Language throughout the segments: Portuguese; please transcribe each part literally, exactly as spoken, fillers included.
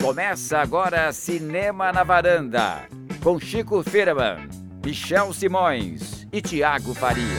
Começa agora Cinema na Varanda, com Chico Firman, Michel Simões e Thiago Faria.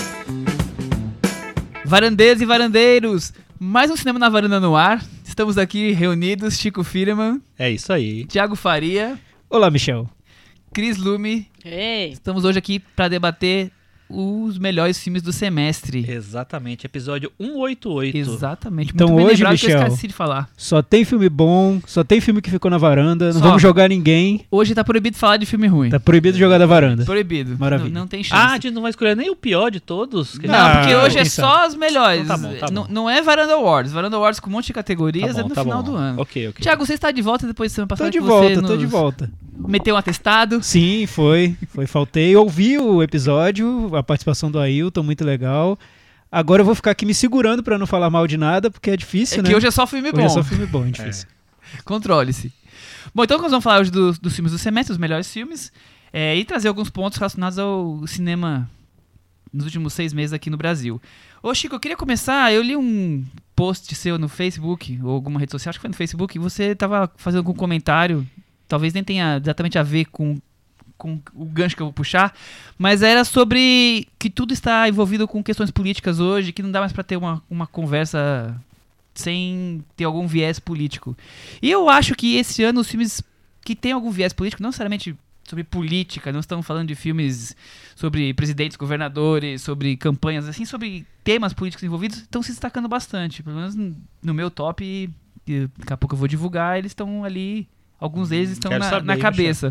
Varandeiros e varandeiros, mais um Cinema na Varanda no ar. Estamos aqui reunidos, Chico Firman. É isso aí. Thiago Faria. Olá, Michel. Cris Lume. Ei. Estamos hoje aqui para debater os melhores filmes do semestre. Exatamente, episódio cento e oitenta e oito. Exatamente. Então muito bem hoje, lembrado que eu Michel, esqueci de falar. Só tem filme bom, só tem filme que ficou na varanda, não Só. vamos jogar ninguém. Hoje tá proibido falar de filme ruim. Tá proibido jogar da varanda. Proibido. Maravilha. Não, não tem Ah, chance. a gente não vai escolher nem o pior de todos? Que Não, Ah, porque hoje é quem só os melhores. Então tá bom, tá bom. Não, não é Varanda Awards. Varanda Awards com um monte de Tá categorias bom, é no tá final bom. do ano. Ok, ok. Thiago, você está de volta depois de semana passada Tô de que volta, você tô nos de volta. meteu um atestado. Sim, foi. Foi, faltei. Ouvi o episódio, a participação do Ailton, muito legal. Agora eu vou ficar aqui me segurando pra não falar mal de nada, porque é difícil, É né? que hoje é só filme Hoje bom. é só filme bom, é difícil. Controle-se. Bom, então nós vamos falar hoje dos, dos filmes do semestre, os melhores filmes, é, e trazer alguns pontos relacionados ao cinema nos últimos seis meses aqui no Brasil. Ô Chico, eu queria começar, eu li um post seu no Facebook, ou alguma rede social, acho que foi no Facebook, e você estava fazendo algum comentário, talvez nem tenha exatamente a ver com, com o gancho que eu vou puxar, mas era sobre que tudo está envolvido com questões políticas hoje, que não dá mais para ter uma, uma conversa sem ter algum viés político. E eu acho que esse ano os filmes que têm algum viés político, não necessariamente sobre política, não estamos falando de filmes sobre presidentes, governadores, sobre campanhas, assim, sobre temas políticos envolvidos, estão se destacando bastante. Pelo menos no meu top, e daqui a pouco eu vou divulgar, eles estão ali, alguns deles estão Quero na, saber, na cabeça.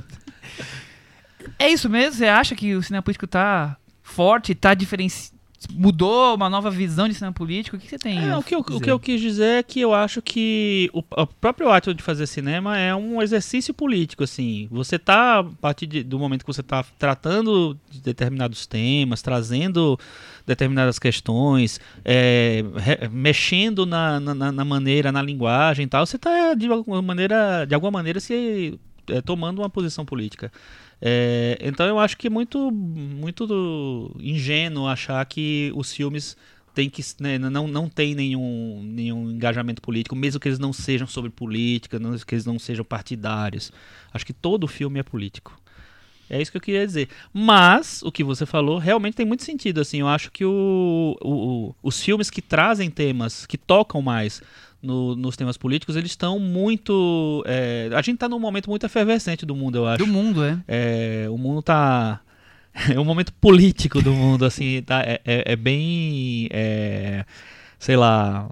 É isso mesmo? Você acha que o cinema político está forte, está diferenciado? Mudou uma nova visão de cinema político? O que você tem? É, a o, que eu, dizer? o que eu quis dizer é que eu acho que o, o próprio ato de fazer cinema é um exercício político, assim. Você tá, a partir de, do momento que você está tratando de determinados temas, trazendo determinadas questões, é, re, mexendo na, na, na maneira, na linguagem e tal, você está de alguma maneira, de alguma maneira se é, tomando uma posição política. É, então eu acho que é muito, muito do, ingênuo achar que os filmes têm que, né, não, não tem nenhum, nenhum engajamento político, mesmo que eles não sejam sobre política, não, que eles não sejam partidários. Acho que todo filme é político. É isso que eu queria dizer. Mas, o que você falou realmente tem muito sentido. Assim, eu acho que o, o, os filmes que trazem temas, que tocam mais No, nos temas políticos, eles estão muito... É, a gente está num momento muito efervescente do mundo, eu acho. Do mundo, é. É, o mundo está... É um momento político do mundo, assim, tá, é, é, é bem... É, sei lá...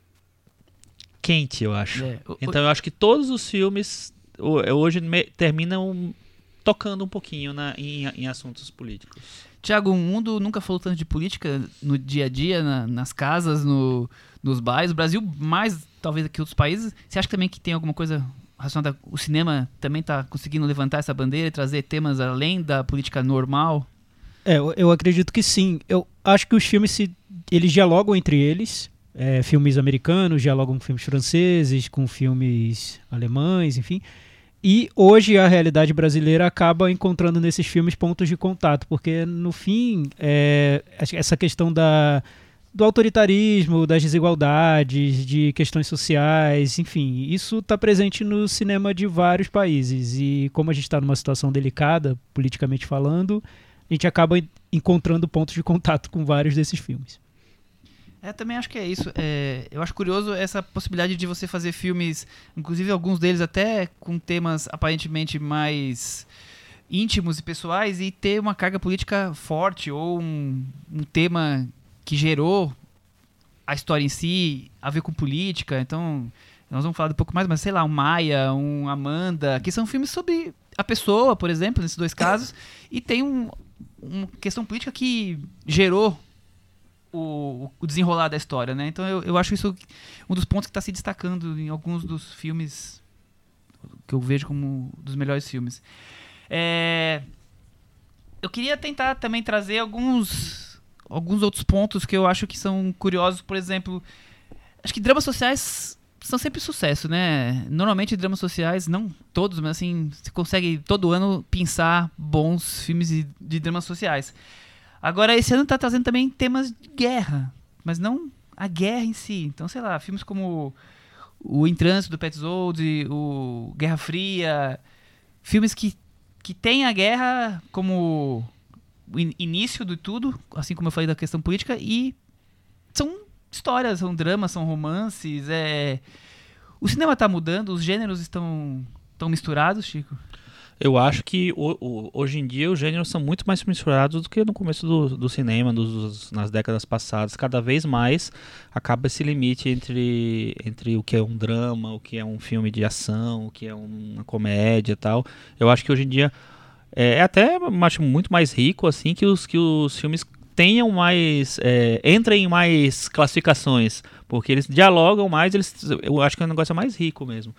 quente, eu acho. É, o- Então eu acho que todos os filmes ho- hoje me- terminam tocando um pouquinho na, em, em assuntos políticos. Tiago, o mundo nunca falou tanto de política no dia a dia, na- nas casas, no, nos bairros. O Brasil, mais talvez que outros países. Você acha também que tem alguma coisa relacionada... O cinema também está conseguindo levantar essa bandeira e trazer temas além da política normal? É, eu, eu acredito que sim. Eu acho que os filmes, se, eles dialogam entre eles. É, filmes americanos dialogam com filmes franceses, com filmes alemães, enfim. E hoje a realidade brasileira acaba encontrando nesses filmes pontos de contato, porque no fim, é, essa questão da, do autoritarismo, das desigualdades, de questões sociais, enfim, isso está presente no cinema de vários países. E como a gente está numa situação delicada, politicamente falando, a gente acaba encontrando pontos de contato com vários desses filmes. É, também acho que é isso. É, eu acho curioso essa possibilidade de você fazer filmes, inclusive alguns deles até com temas aparentemente mais íntimos e pessoais, e ter uma carga política forte, ou um, um tema que gerou a história em si a ver com política. Então, nós vamos falar um pouco mais, mas sei lá, um Maia, um Amanda, que são filmes sobre a pessoa, por exemplo, nesses dois casos, e tem um, uma questão política que gerou O, o desenrolar da história, né? Então eu, eu acho isso um dos pontos que está se destacando em alguns dos filmes que eu vejo como dos melhores filmes. É, eu queria tentar também trazer alguns, alguns outros pontos que eu acho que são curiosos. Por exemplo, acho que dramas sociais são sempre sucesso, né? Normalmente dramas sociais, não todos, mas assim, você consegue todo ano pensar bons filmes de, de dramas sociais. Agora, esse ano está trazendo também temas de guerra, mas não a guerra em si. Então, sei lá, filmes como o Em Trânsito do Petzold, o Guerra Fria, filmes que, que têm a guerra como o in- início de tudo, assim como eu falei da questão política, e são histórias, são dramas, são romances. É... O cinema está mudando, os gêneros estão, estão misturados, Chico? Eu acho que o, o, hoje em dia os gêneros são muito mais misturados do que no começo do, do cinema, dos, dos, nas décadas passadas. Cada vez mais acaba esse limite entre, entre o que é um drama, o que é um filme de ação, o que é uma comédia e tal. Eu acho que hoje em dia é, é até acho muito mais rico assim que os, que os filmes tenham mais, é, entrem em mais classificações, porque eles dialogam mais, eles, eu acho que é um negócio mais rico mesmo.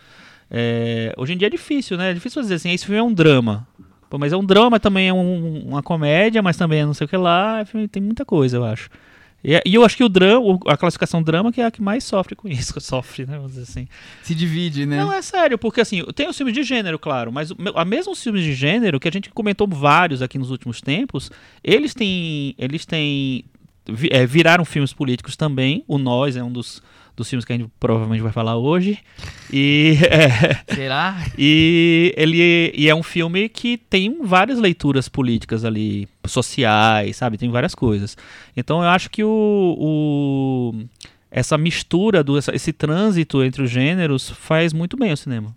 É, hoje em dia é difícil, né? É difícil dizer assim, esse filme é um drama. Pô, mas é um drama, mas também é um, uma comédia, mas também é não sei o que lá. Tem muita coisa, eu acho. E, e eu acho que o drama, a classificação drama que é a que mais sofre com isso. Sofre, né? Vamos dizer assim. Se divide, né? Não, é sério, porque assim, tem os filmes de gênero, claro, mas a mesmos filmes de gênero, que a gente comentou vários aqui nos últimos tempos, eles têm. Eles têm. É, viraram filmes políticos também. O Nós é um dos. dos filmes que a gente provavelmente vai falar hoje. E, é, Será? E ele e é um filme que tem várias leituras políticas ali, sociais, sabe? Tem várias coisas. Então eu acho que o, o essa mistura, do, essa, esse trânsito entre os gêneros faz muito bem ao cinema.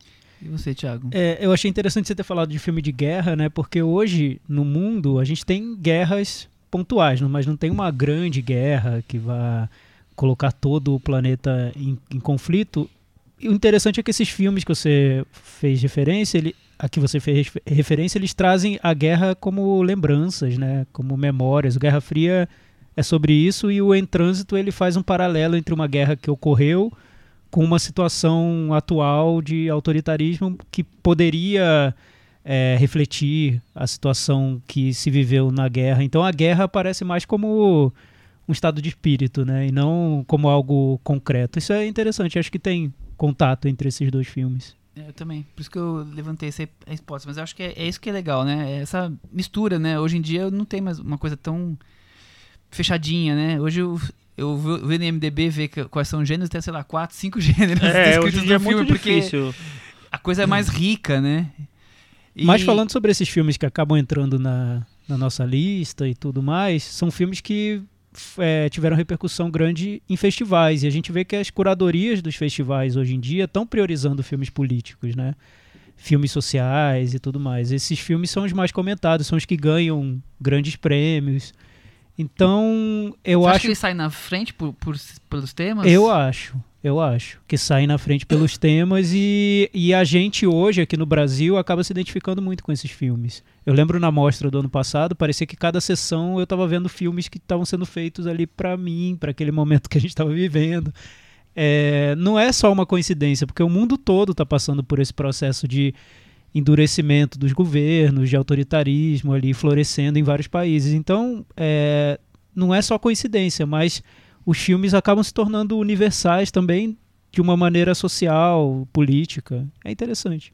E você, Thiago? É, eu achei interessante você ter falado de filme de guerra, né? Porque hoje, no mundo, a gente tem guerras pontuais, mas não tem uma grande guerra que vá colocar todo o planeta em, em conflito. E o interessante é que esses filmes que você fez referência, ele, a que você fez referência, eles trazem a guerra como lembranças, né? Como memórias. O Guerra Fria é sobre isso e o Em Trânsito ele faz um paralelo entre uma guerra que ocorreu com uma situação atual de autoritarismo que poderia é, refletir a situação que se viveu na guerra. Então a guerra aparece mais como um estado de espírito, né? E não como algo concreto. Isso é interessante, acho que tem contato entre esses dois filmes. É, eu também, por isso que eu levantei essa hipótese, mas eu acho que é, é isso que é legal, né? É essa mistura, né? Hoje em dia não tem mais uma coisa tão fechadinha, né? Hoje eu, eu vou no I M D B ver quais são os gêneros, tem, sei lá, quatro, cinco gêneros é, descritos hoje em dia no é filme, muito porque difícil. a coisa é mais rica, né? E... Mas falando sobre esses filmes que acabam entrando na, na nossa lista e tudo mais, são filmes que É, tiveram repercussão grande em festivais, e a gente vê que as curadorias dos festivais hoje em dia estão priorizando filmes políticos, né? Filmes sociais e tudo mais. Esses filmes são os mais comentados, são os que ganham grandes prêmios. Então, eu Você acho... acha que ele sai na frente por, por, pelos temas? Eu acho, eu acho que saem na frente pelos temas e, e a gente hoje aqui no Brasil acaba se identificando muito com esses filmes. Eu lembro na mostra do ano passado, parecia que cada sessão eu estava vendo filmes que estavam sendo feitos ali para mim, para aquele momento que a gente estava vivendo. É, não é só uma coincidência, porque o mundo todo está passando por esse processo de endurecimento dos governos, de autoritarismo ali florescendo em vários países. Então, é, não é só coincidência, mas os filmes acabam se tornando universais também de uma maneira social, política. É interessante.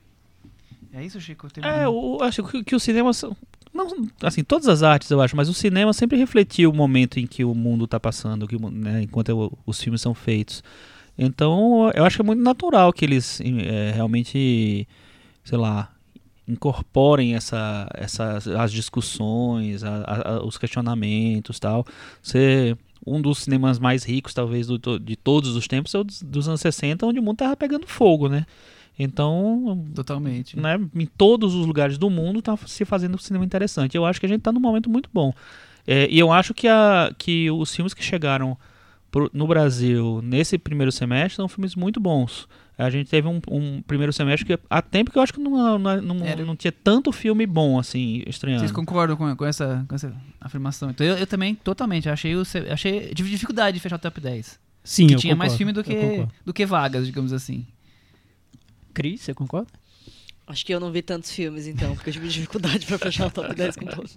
É isso, Chico? Tem É, um... eu acho que, que o cinema... Não, assim, todas as artes eu acho, mas o cinema sempre refletiu o momento em que o mundo está passando, que, né, enquanto eu, os filmes são feitos. Então, eu acho que é muito natural que eles é, realmente, sei lá, incorporem essa, essas, as discussões, a, a, os questionamentos e tal. Você... Um dos cinemas mais ricos, talvez, do, de todos os tempos é o dos, dos anos sessenta, onde o mundo estava pegando fogo, né? Então, totalmente, né, em todos os lugares do mundo está se fazendo cinema interessante. Eu acho que a gente está num momento muito bom. É, e eu acho que, a, que os filmes que chegaram pro, no Brasil nesse primeiro semestre são filmes muito bons. A gente teve um, um primeiro semestre que há tempo que eu acho que não, não, não, Era... não tinha tanto filme bom, assim, estranhando. Vocês concordam com, com, essa, com essa afirmação? Então eu, eu também, totalmente, achei, o, achei tive dificuldade de fechar o top dez. Sim, que eu tinha concordo, mais filme do que, do que vagas, digamos assim. Cris, você concorda? Acho que eu não vi tantos filmes, então, porque eu tive dificuldade pra fechar o top dez com todos.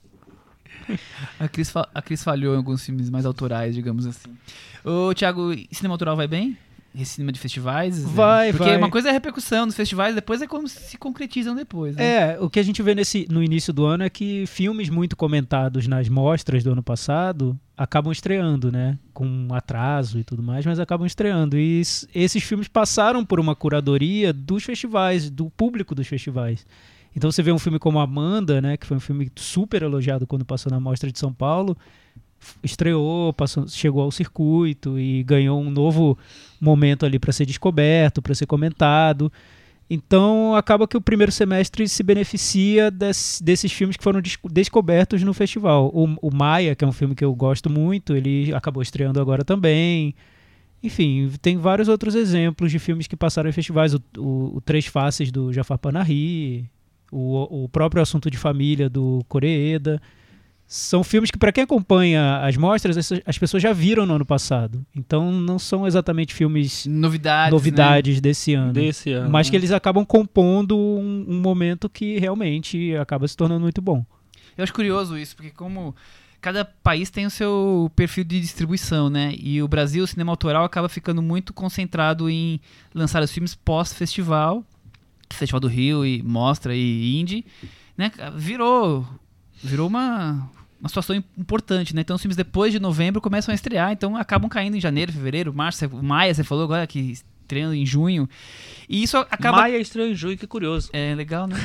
A Cris, fa- a Cris falhou em alguns filmes mais autorais, digamos assim. Ô, Thiago, cinema autoral vai bem? esse cinema de festivais? Vai, Porque vai. uma coisa é a repercussão dos festivais, depois é como se concretizam depois, né? É, o que a gente vê nesse, no início do ano é que filmes muito comentados nas mostras do ano passado acabam estreando, né? Com atraso e tudo mais, mas acabam estreando. E s- esses filmes passaram por uma curadoria dos festivais, do público dos festivais. Então você vê um filme como Amanda, né? Que foi um filme super elogiado quando passou na Mostra de São Paulo. f- Estreou, passou, chegou ao circuito e ganhou um novo momento ali para ser descoberto, para ser comentado. Então acaba que o primeiro semestre se beneficia des- desses filmes que foram desco- descobertos no festival. O, o Maia, que é um filme que eu gosto muito, ele acabou estreando agora também. Enfim, tem vários outros exemplos de filmes que passaram em festivais. O, o- o Três Faces do Jafar Panahi, o, o próprio Assunto de Família do Koreeda. São filmes que, para quem acompanha as mostras, essas- as pessoas já viram no ano passado. Então não são exatamente filmes Novidades, novidades desse ano. Desse ano. Mas que né? eles acabam compondo um, um momento que realmente acaba se tornando muito bom. né? Eu acho curioso isso, porque como cada país tem o seu perfil de distribuição, né? E o Brasil, o cinema autoral, acaba ficando muito concentrado em lançar os filmes pós-festival, Festival do Rio e Mostra e Indie, né? Virou, virou uma, uma situação im- importante, né? Então os filmes depois de novembro começam a estrear, então acabam caindo em janeiro, fevereiro, março, você- Maia, você falou agora que estreando em junho. E isso acaba... Maia estreou em junho, que curioso. É legal, né?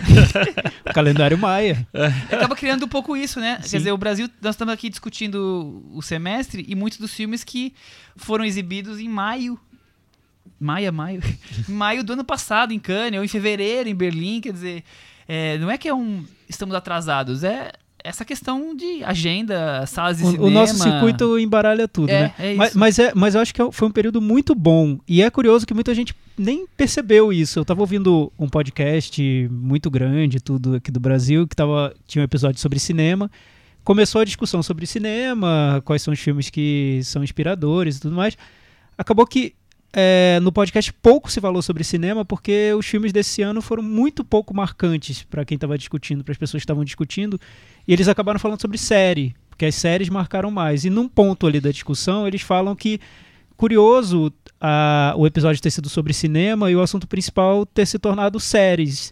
O calendário Maia. Acaba criando um pouco isso, né? Sim. Quer dizer, o Brasil, nós estamos aqui discutindo o semestre e muitos dos filmes que foram exibidos em maio. Maia, maio. Em maio do ano passado, em Cannes, ou em fevereiro, em Berlim. Quer dizer, é, não é que é um. Estamos atrasados, é essa questão de agenda, salas de O, cinema. o nosso circuito embaralha tudo, É, né? é mas, isso. mas, é, mas eu acho que é- foi um período muito bom. E é curioso que muita gente nem percebeu isso. Eu tava ouvindo um podcast muito grande, tudo aqui do Brasil, que tava, tinha um episódio sobre cinema. Começou a discussão sobre cinema, quais são os filmes que são inspiradores e tudo mais. Acabou que é, no podcast pouco se falou sobre cinema, porque os filmes desse ano foram muito pouco marcantes para quem estava discutindo, para as pessoas que estavam discutindo, e eles acabaram falando sobre série, porque as séries marcaram mais. E num ponto ali da discussão, eles falam que, curioso a, o episódio ter sido sobre cinema e o assunto principal ter se tornado séries.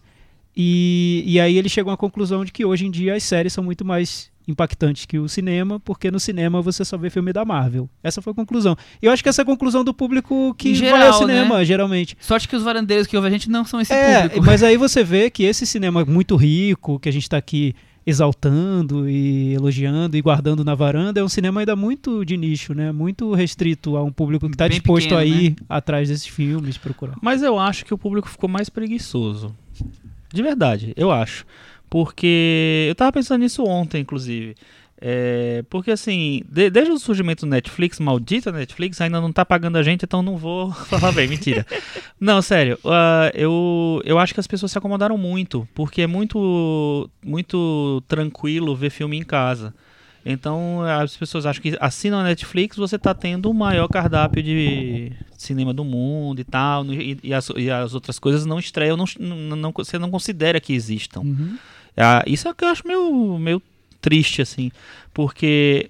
E, e aí eles chegam à conclusão de que hoje em dia as séries são muito mais impactantes que o cinema, porque no cinema você só vê filme da Marvel. Essa foi a conclusão. E eu acho que essa é a conclusão do público que Em vai geral, ao cinema, né? geralmente. Sorte que os varandeiros que ouvem a gente não são esse É, público. mas aí você vê que esse cinema muito rico, que a gente está aqui exaltando e elogiando e guardando na varanda, é um cinema ainda muito de nicho, né? Muito restrito a um público que está Bem disposto pequeno, a ir né? atrás desses filmes, procurar. Mas eu acho que o público ficou mais preguiçoso. De verdade, eu acho. Porque eu tava pensando nisso ontem, inclusive. É, porque assim, de- desde o surgimento do Netflix, maldita Netflix, ainda não tá pagando a gente, então não vou falar bem, mentira. Não, sério, ah, eu, eu acho que as pessoas se acomodaram muito, porque é muito, muito tranquilo ver filme em casa. Então as pessoas acham que assinam a Netflix, você tá tendo o maior cardápio de cinema do mundo e tal, e, e as, e as outras coisas não estreiam, não, não, não- você não considera que existam. Uhum. Ah, isso é o que eu acho meio, meio triste, assim, porque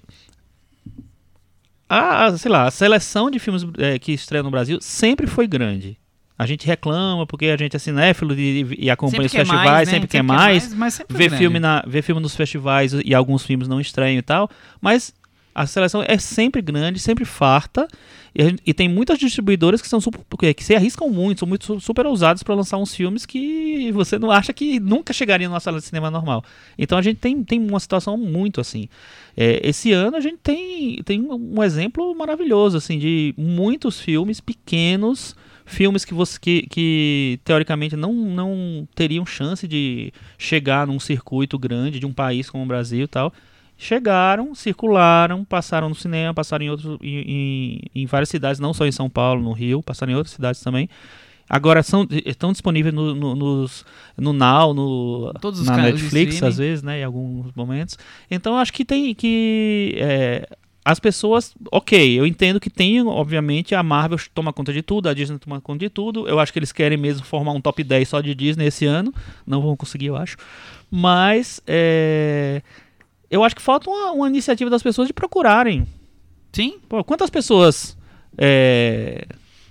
a, a, sei lá, a seleção de filmes eh, que estreiam no Brasil sempre foi grande. A gente reclama porque a gente é cinéfilo e, e acompanha Sempre os quer festivais, mais, né? sempre quer mais, mas sempre vê grande. filme, na, vê filme nos festivais e alguns filmes não estreiam e tal, mas a seleção é sempre grande, sempre farta, e, a gente- e tem muitas distribuidoras que são super, que se arriscam muito, são muito su- super ousados para lançar uns filmes que você não acha que nunca chegariam numa sala de cinema normal. Então a gente tem, tem uma situação muito assim. É, esse ano a gente tem, tem um exemplo maravilhoso assim de muitos filmes pequenos, filmes que você que, que teoricamente não, não teriam chance de chegar num circuito grande de um país como o Brasil e tal. Chegaram, circularam, passaram no cinema, passaram em, outros, em, em, em várias cidades, não só em São Paulo, no Rio, passaram em outras cidades também. Agora são, estão disponíveis no, no, nos, no Now, no, Todos os na canais de Netflix, streaming. às vezes, né, em alguns momentos. Então acho que tem que... É, as pessoas, ok, eu entendo que tem, obviamente, a Marvel toma conta de tudo, a Disney toma conta de tudo. Eu acho que eles querem mesmo formar um top dez só de Disney esse ano. Não vão conseguir, eu acho. Mas é, eu acho que falta uma, uma iniciativa das pessoas de procurarem. Sim, Pô, quantas pessoas é,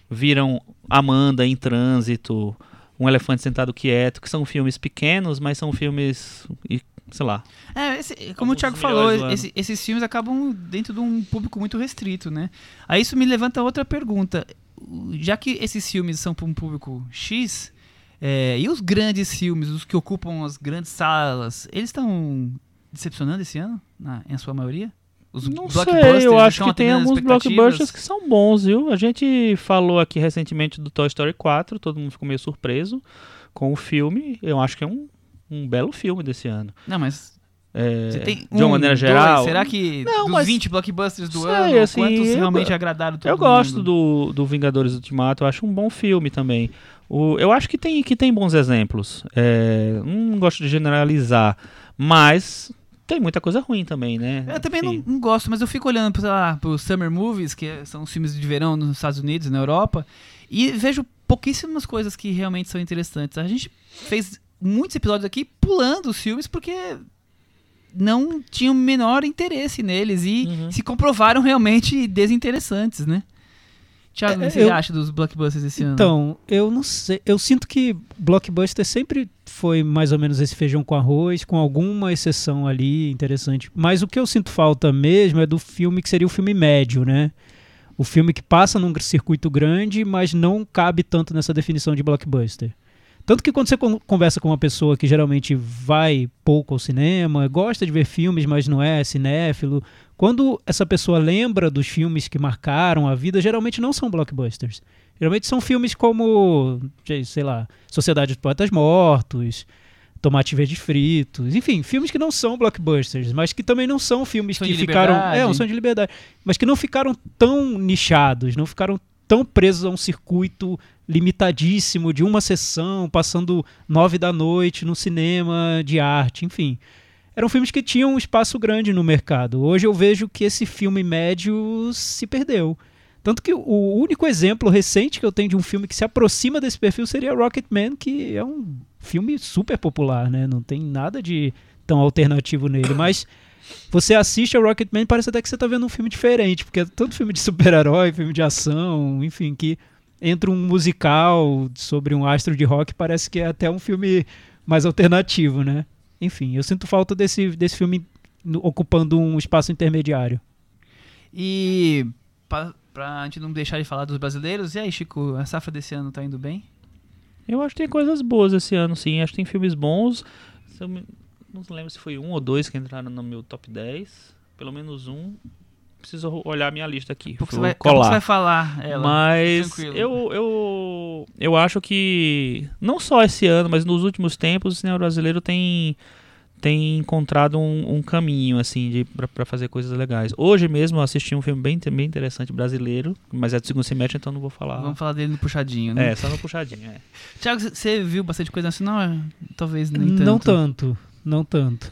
viram Amanda em Trânsito, Um Elefante Sentado Quieto, que são filmes pequenos, mas são filmes, sei lá. É, esse, como o Thiago falou, esse, esses filmes acabam dentro de um público muito restrito, né? Aí isso me levanta outra pergunta. Já que esses filmes são para um público X, é, e os grandes filmes, os que ocupam as grandes salas, eles estão decepcionando esse ano, na, em sua maioria? Os Não sei, eu acho que tem alguns blockbusters que são bons, viu? A gente falou aqui recentemente do Toy Story quatro, todo mundo ficou meio surpreso com o filme. Eu acho que é um, um belo filme desse ano. Não, mas... É, você tem de uma um, maneira geral... Dois, será que não, dos mas, vinte blockbusters do sei, ano, assim, quantos eu, realmente agradaram todo eu mundo? Eu gosto do, do Vingadores Ultimato, eu acho um bom filme também. O, eu acho que tem, que tem bons exemplos. É, não gosto de generalizar, mas... Tem muita coisa ruim também, né? Eu também não, não gosto, mas eu fico olhando para os Summer Movies, que são os filmes de verão nos Estados Unidos, na Europa, e vejo pouquíssimas coisas que realmente são interessantes. A gente fez muitos episódios aqui pulando os filmes porque não tinham o menor interesse neles e uhum. se comprovaram realmente desinteressantes, né? Thiago, o que você eu, acha dos blockbusters esse então, ano? Então, eu não sei. Eu sinto que blockbuster sempre foi mais ou menos esse feijão com arroz, com alguma exceção ali interessante. Mas o que eu sinto falta mesmo é do filme que seria o filme médio, né? O filme que passa num circuito grande, mas não cabe tanto nessa definição de blockbuster. Tanto que quando você conversa com uma pessoa que geralmente vai pouco ao cinema, gosta de ver filmes, mas não é cinéfilo, quando essa pessoa lembra dos filmes que marcaram a vida, geralmente não são blockbusters. Geralmente são filmes como, sei lá, Sociedade dos Poetas Mortos, Tomate Verde Fritos, enfim, filmes que não são blockbusters, mas que também não são filmes Sonho que de ficaram... liberdade. É, um sonho de liberdade. Mas que não ficaram tão nichados, não ficaram tão presos a um circuito limitadíssimo de uma sessão, passando nove da noite no cinema de arte, enfim. Eram filmes que tinham um espaço grande no mercado. Hoje eu vejo que esse filme médio se perdeu. Tanto que o único exemplo recente que eu tenho de um filme que se aproxima desse perfil seria Rocketman, que é um filme super popular, né? Não tem nada de tão alternativo nele, mas você assiste a Rocketman e parece até que você está vendo um filme diferente, porque é todo filme de super-herói, filme de ação, enfim, que entra um musical sobre um astro de rock, parece que é até um filme mais alternativo, né? Enfim, eu sinto falta desse, desse filme ocupando um espaço intermediário. E pra, pra gente não deixar de falar dos brasileiros, e aí, Chico, a safra desse ano tá indo bem? Eu acho que tem coisas boas esse ano, sim. Acho que tem filmes bons. Não lembro se foi um ou dois que entraram no meu top dez. Pelo menos um. Preciso olhar a minha lista aqui. Porque você vai, você vai falar ela. Mas eu, eu, eu acho que não só esse ano, mas nos últimos tempos o cinema brasileiro tem, tem encontrado um, um caminho assim para fazer coisas legais. Hoje mesmo eu assisti um filme bem, bem interessante brasileiro, mas é do segundo semestre, então não vou falar. Vamos falar dele no puxadinho, né? É, só no puxadinho. É. Thiago, você viu bastante coisa nacional? Talvez nem tanto. Não tanto, não tanto.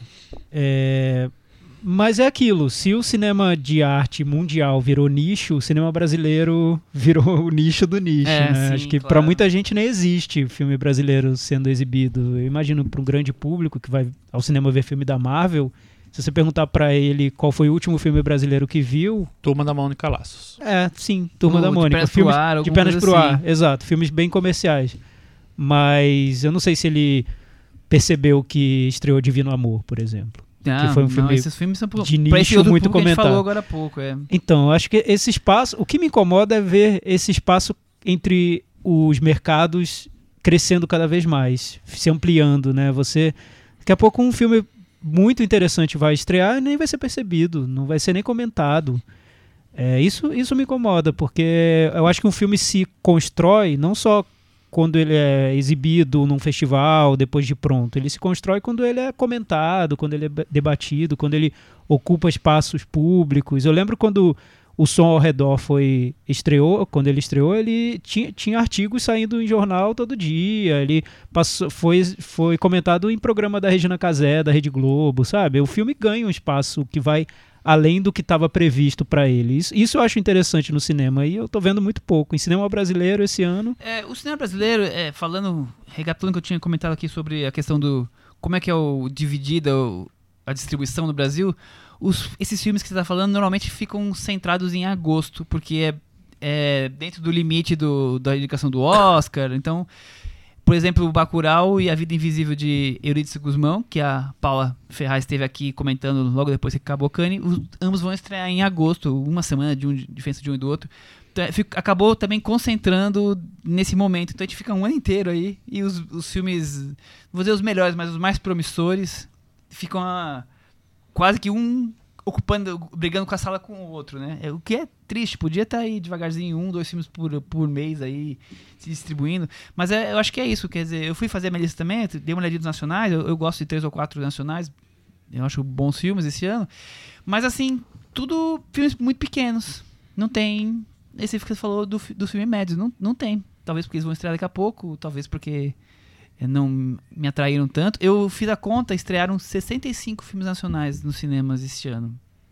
É... Mas é aquilo, se o cinema de arte mundial virou nicho, o cinema brasileiro virou o nicho do nicho, é, né? sim, Acho que claro. Para muita gente nem existe filme brasileiro sendo exibido. Eu imagino para um grande público que vai ao cinema ver filme da Marvel, se você perguntar para ele qual foi o último filme brasileiro que viu... Turma da Mônica Laços. É, sim, Turma o da Mônica. De Pernas filmes pro Ar, de Pernas pro assim. Ar, exato, filmes bem comerciais. Mas eu não sei se ele percebeu que estreou Divino Amor, por exemplo. Ah, que foi um filme não, esses filmes são pro, de pra esse nicho outro muito público que a gente comentado. falou agora há pouco, é. Então, acho que esse espaço, o que me incomoda é ver esse espaço entre os mercados crescendo cada vez mais, se ampliando, né? Você, daqui a pouco um filme muito interessante vai estrear e nem vai ser percebido, não vai ser nem comentado. É, isso, isso me incomoda, porque eu acho que um filme se constrói não só quando ele é exibido num festival, depois de pronto. Ele se constrói quando ele é comentado, quando ele é debatido, quando ele ocupa espaços públicos. Eu lembro quando o Som ao Redor foi, estreou, quando ele estreou, ele tinha, tinha artigos saindo em jornal todo dia, ele passou, foi, foi comentado em programa da Regina Casé, da Rede Globo, sabe? O filme ganha um espaço que vai além do que estava previsto para ele. Isso, isso eu acho interessante no cinema, e eu tô vendo muito pouco. Em cinema brasileiro, esse ano... É, o cinema brasileiro, é, falando, recapitulando o que eu tinha comentado aqui sobre a questão do... Como é que é o dividida o, a distribuição no Brasil, os, esses filmes que você está falando normalmente ficam centrados em agosto, porque é, é, dentro do limite do, da indicação do Oscar. Então, por exemplo, o Bacurau e A Vida Invisível de Eurídice Guzmão, que a Paula Ferraz esteve aqui comentando logo depois que acabou Cannes, os, ambos vão estrear em agosto, uma semana de, um, de diferença de um e do outro. Então, fico, acabou também concentrando nesse momento. Então a gente fica um ano inteiro aí e os, os filmes, não vou dizer os melhores, mas os mais promissores, ficam a, quase que um ocupando, brigando com a sala com o outro, né? O que é triste, podia estar aí devagarzinho, um, dois filmes por, por mês aí, se distribuindo, mas é, eu acho que é isso, quer dizer, eu fui fazer a minha lista também, dei uma olhadinha dos nacionais, eu, eu gosto de três ou quatro nacionais, eu acho bons filmes esse ano, mas assim, tudo filmes muito pequenos, não tem, esse que você falou do, do filme médio, não, não tem, talvez porque eles vão estrear daqui a pouco, talvez porque não me atraíram tanto. Eu fiz a conta, estrearam sessenta e cinco filmes nacionais nos cinemas este ano.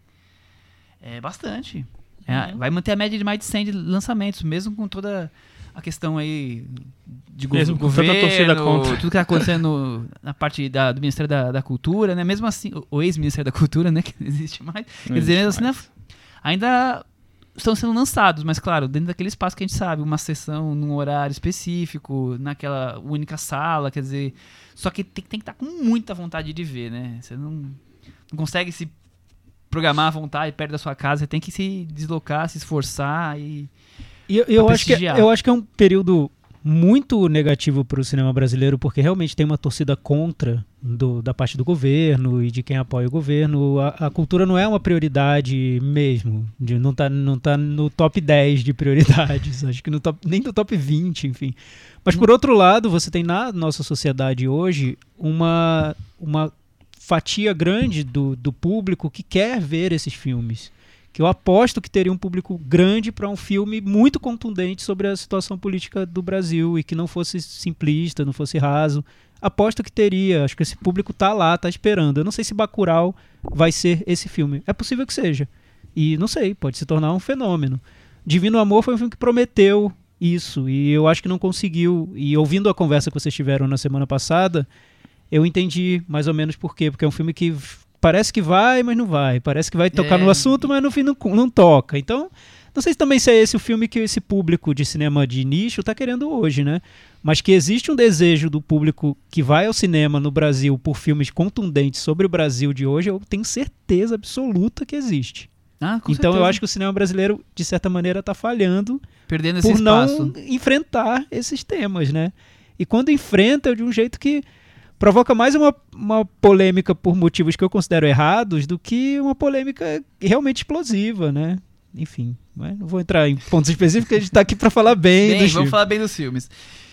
É bastante. É, vai manter a média de mais de cem de lançamentos, mesmo com toda a questão aí de go- Mesmo com governo, tanta torcida contra. tudo que está acontecendo na parte da, do Ministério da, da Cultura, né? Mesmo assim, o, o ex-Ministério da Cultura, né? Que não existe mais. Não Quer dizer, existe assim, mais. ainda estão sendo lançados, mas claro, dentro daquele espaço que a gente sabe, uma sessão num horário específico, naquela única sala, quer dizer, só que tem, tem que estar com muita vontade de ver, né? Você não, não consegue se programar à vontade perto da sua casa, você tem que se deslocar, se esforçar e E eu, eu, pra acho que, prestigiar. eu acho que é um período muito negativo para o cinema brasileiro, porque realmente tem uma torcida contra do, da parte do governo e de quem apoia o governo. A, a cultura não é uma prioridade mesmo, de, não está não tá no top dez de prioridades, acho que no top, nem no top vinte, enfim. Mas por outro lado, você tem na nossa sociedade hoje uma, uma fatia grande do, do público que quer ver esses filmes. Que eu aposto que teria um público grande para um filme muito contundente sobre a situação política do Brasil e que não fosse simplista, não fosse raso. Aposto que teria, acho que esse público tá lá, tá esperando. Eu não sei se Bacurau vai ser esse filme. É possível que seja. E não sei, pode se tornar um fenômeno. Divino Amor foi um filme que prometeu isso e eu acho que não conseguiu. E ouvindo a conversa que vocês tiveram na semana passada, eu entendi mais ou menos por quê. Porque é um filme que parece que vai, mas não vai. Parece que vai tocar É. no assunto, mas no fim não, não toca. Então, não sei se também se é esse o filme que esse público de cinema de nicho está querendo hoje, né? Mas que existe um desejo do público que vai ao cinema no Brasil por filmes contundentes sobre o Brasil de hoje, eu tenho certeza absoluta que existe. Ah, com Então eu certeza. acho que o cinema brasileiro, de certa maneira, está falhando perdendo esse por espaço. não enfrentar esses temas, né? E quando enfrenta, é de um jeito que provoca mais uma, uma polêmica por motivos que eu considero errados do que uma polêmica realmente explosiva, né? Enfim, mas não vou entrar em pontos específicos, a gente está aqui para falar bem, Bem, do vamos filme. falar bem dos filmes.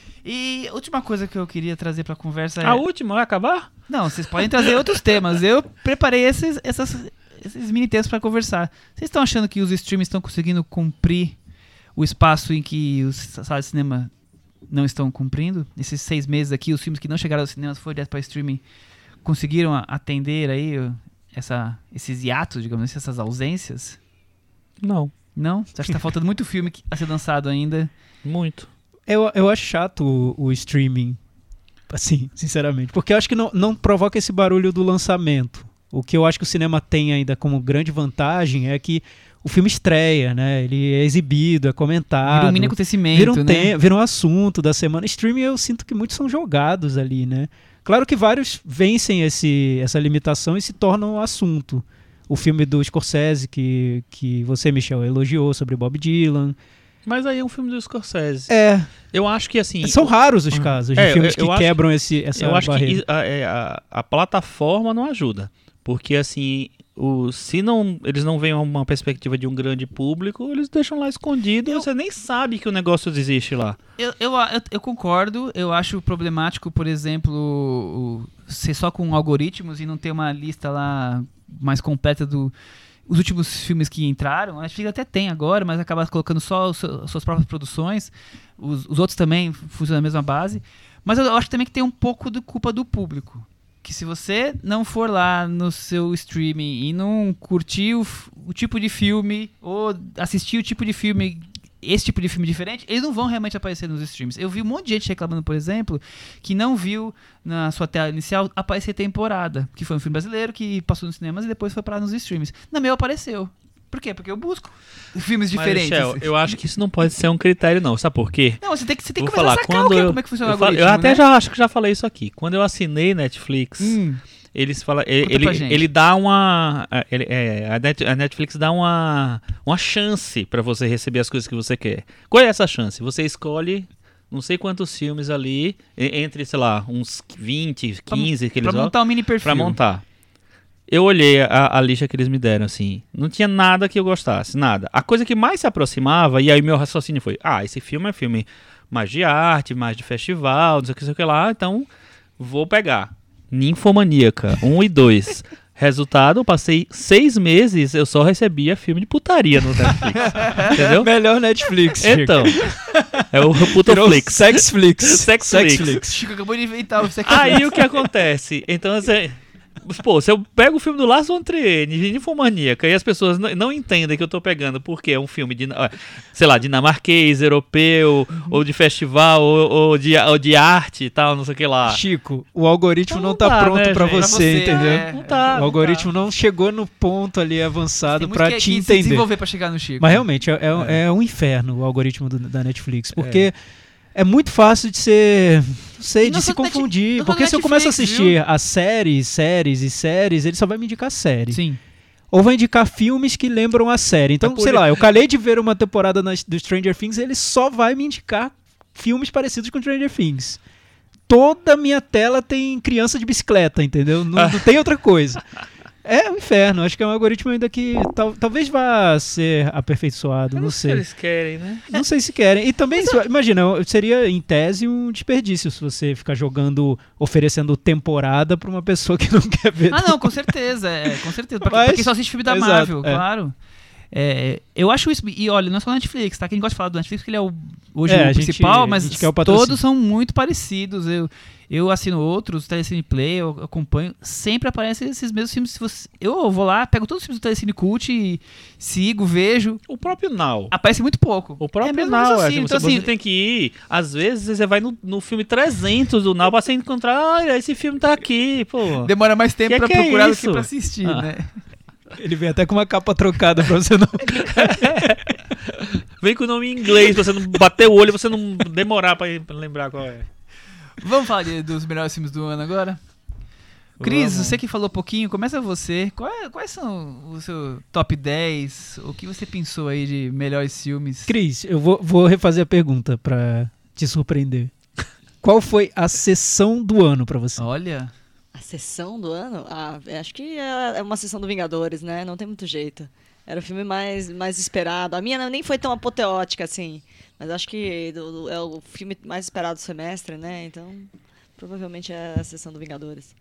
E a última coisa que eu queria trazer pra conversa é... A última vai acabar? Não, vocês podem trazer outros temas. Eu preparei esses, essas, esses mini temas pra conversar. Vocês estão achando que os streams estão conseguindo cumprir o espaço em que os salas de cinema não estão cumprindo? Esses seis meses aqui, os filmes que não chegaram aos cinemas foram direto para streaming, conseguiram a- atender aí ó, essa, esses hiatos, digamos assim, essas ausências? Não, Não? Você acha que tá faltando muito filme que- a ser lançado ainda? muito. Eu, eu acho chato o, o streaming, assim, sinceramente, porque eu acho que não, não provoca esse barulho do lançamento. O que eu acho que o cinema tem ainda como grande vantagem é que o filme estreia, né? Ele é exibido, é comentado. Vira um mini acontecimento, Vira um, né? tem- vira um assunto da semana. Streaming eu sinto que muitos são jogados ali, né? Claro que vários vencem esse, essa limitação e se tornam um assunto. O filme do Scorsese, que, que você, Michel, elogiou sobre Bob Dylan. Mas aí é um filme do Scorsese. É, Eu acho que assim... são raros os casos de É, filmes eu- eu que acho- quebram esse, essa eu acho barreira. que a, é, a- a plataforma não ajuda. Porque assim, o, se não, eles não veem uma perspectiva de um grande público, eles deixam lá escondido e você nem sabe que o negócio existe lá. Eu, eu, eu, eu concordo, eu acho problemático, por exemplo, o- ser só com algoritmos e não ter uma lista lá mais completa do os últimos filmes que entraram. A Netflix até tem agora, mas acaba colocando só os seu- as suas próprias produções. Os, os outros também funcionam na mesma base. Mas eu acho também que tem um pouco de culpa do público. Que se você não for lá no seu streaming e não curtir o, f- o tipo de filme ou assistir o tipo de filme, esse tipo de filme diferente, eles não vão realmente aparecer nos streams. Eu vi um monte de gente reclamando, por exemplo, que não viu na sua tela inicial aparecer Temporada, que foi um filme brasileiro que passou nos cinemas e depois foi parar nos streams. Na meu apareceu. Por quê? Porque eu busco filmes Mas, diferentes. Michel, eu acho que isso não pode ser um critério, não. Sabe por quê? Não, você tem que, você tem que Vou começar falar, a sacar o quando que, eu- como é que funciona Eu, o falo- algoritmo, eu até né? já acho que já falei isso aqui. Quando eu assinei Netflix, Hum, eles falam, Conta ele, pra gente. ele dá uma, ele, é, a, Net- a Netflix dá uma, uma chance pra você receber as coisas que você quer. Qual é essa chance? Você escolhe não sei quantos filmes ali, e- entre, sei lá, uns vinte, quinze que eles pra vão montar um mini perfil. pra montar. Eu olhei a, a lista que eles me deram, assim, não tinha nada que eu gostasse, nada. A coisa que mais se aproximava, e aí meu raciocínio foi, ah, esse filme é filme mais de arte, mais de festival, não sei o que, sei o que lá, então vou pegar. Ninfomaníaca, um e dois. Resultado, eu passei seis meses, eu só recebia filme de putaria no Netflix. Entendeu? Melhor Netflix. Chico. Então, é o Virou Putoflix. Sexflix. Sexflix. Chico acabou de inventar o sexo. Aí o que acontece? Então, assim, pô, se eu pego o filme do Lars von Trier, Ninfomaníaca, e as pessoas não, não entendem que eu tô pegando porque é um filme de, ó, sei lá, dinamarquês, europeu, Uhum. ou de festival, ou, ou de, ou de arte e tal, não sei o que lá. Chico, o algoritmo Então não não tá dá, pronto né, pra gente? você, Pra você, entendeu? é. Não tá, O não algoritmo tá. não chegou no ponto ali avançado Tem muito pra que- te que se entender. desenvolver pra chegar no Chico. Mas realmente é, é, é um inferno o algoritmo do- da Netflix, porque é. muito fácil de ser, não sei, E não de se só do Net- confundir. não só do Porque se eu começo a Netflix, assistir as séries, séries e séries, ele só vai me indicar série. Sim. Ou vai indicar filmes que lembram a série. Então, É por sei isso- lá, eu calhei de ver uma temporada nas- do Stranger Things, ele só vai me indicar filmes parecidos com Stranger Things. Toda a minha tela tem criança de bicicleta, entendeu? Não, não tem outra coisa. É um inferno. Acho que é um algoritmo ainda que tal- talvez vá ser aperfeiçoado, Eu não sei sei. o que eles querem, né? Não sei se querem. E também, se- imagina, seria em tese um desperdício se você ficar jogando, oferecendo temporada pra uma pessoa que não quer ver. Ah, não, com certeza, é, com certeza. Pra, Mas- pra quem só assiste filme da exato, Marvel, é. claro. É, eu acho isso. E olha, não é só Netflix, tá? Quem gosta de falar do Netflix, porque ele é o, hoje É, o a gente- principal, a mas gente quer o patrocínio. todos são muito parecidos. Eu, eu assino outros, Telecine Play, eu acompanho. Sempre aparecem esses mesmos filmes. Se você, eu vou lá, pego todos os filmes do Telecine Cult e sigo, vejo. O próprio Now. Aparece muito pouco. O próprio é mesmo Now, é, raciocínio. você, Então, assim, você tem que ir. Às vezes você vai no, no filme trezentos do Now pra você encontrar. Olha, esse filme tá aqui, pô. demora mais tempo Que pra que é procurar do isso? que pra assistir, Ah. né? Ele vem até com uma capa trocada pra você não. Vem com o nome em inglês, pra você não bater o olho, você não demorar pra, pra lembrar qual é. Vamos falar de- dos melhores filmes do ano agora? Cris, Vamos. você que falou pouquinho, começa você. Qual é- quais são o seu top dez? O que você pensou aí de melhores filmes? Cris, eu vou, vou refazer a pergunta pra te surpreender. Qual foi a sessão do ano pra você? Olha, A sessão do ano? Ah, acho que é é uma sessão do Vingadores, né? Não tem muito jeito. Era o filme mais, mais esperado. A minha não- nem foi tão apoteótica assim. Mas acho que do- do- é o filme mais esperado do semestre, né? Então, provavelmente é a sessão do Vingadores.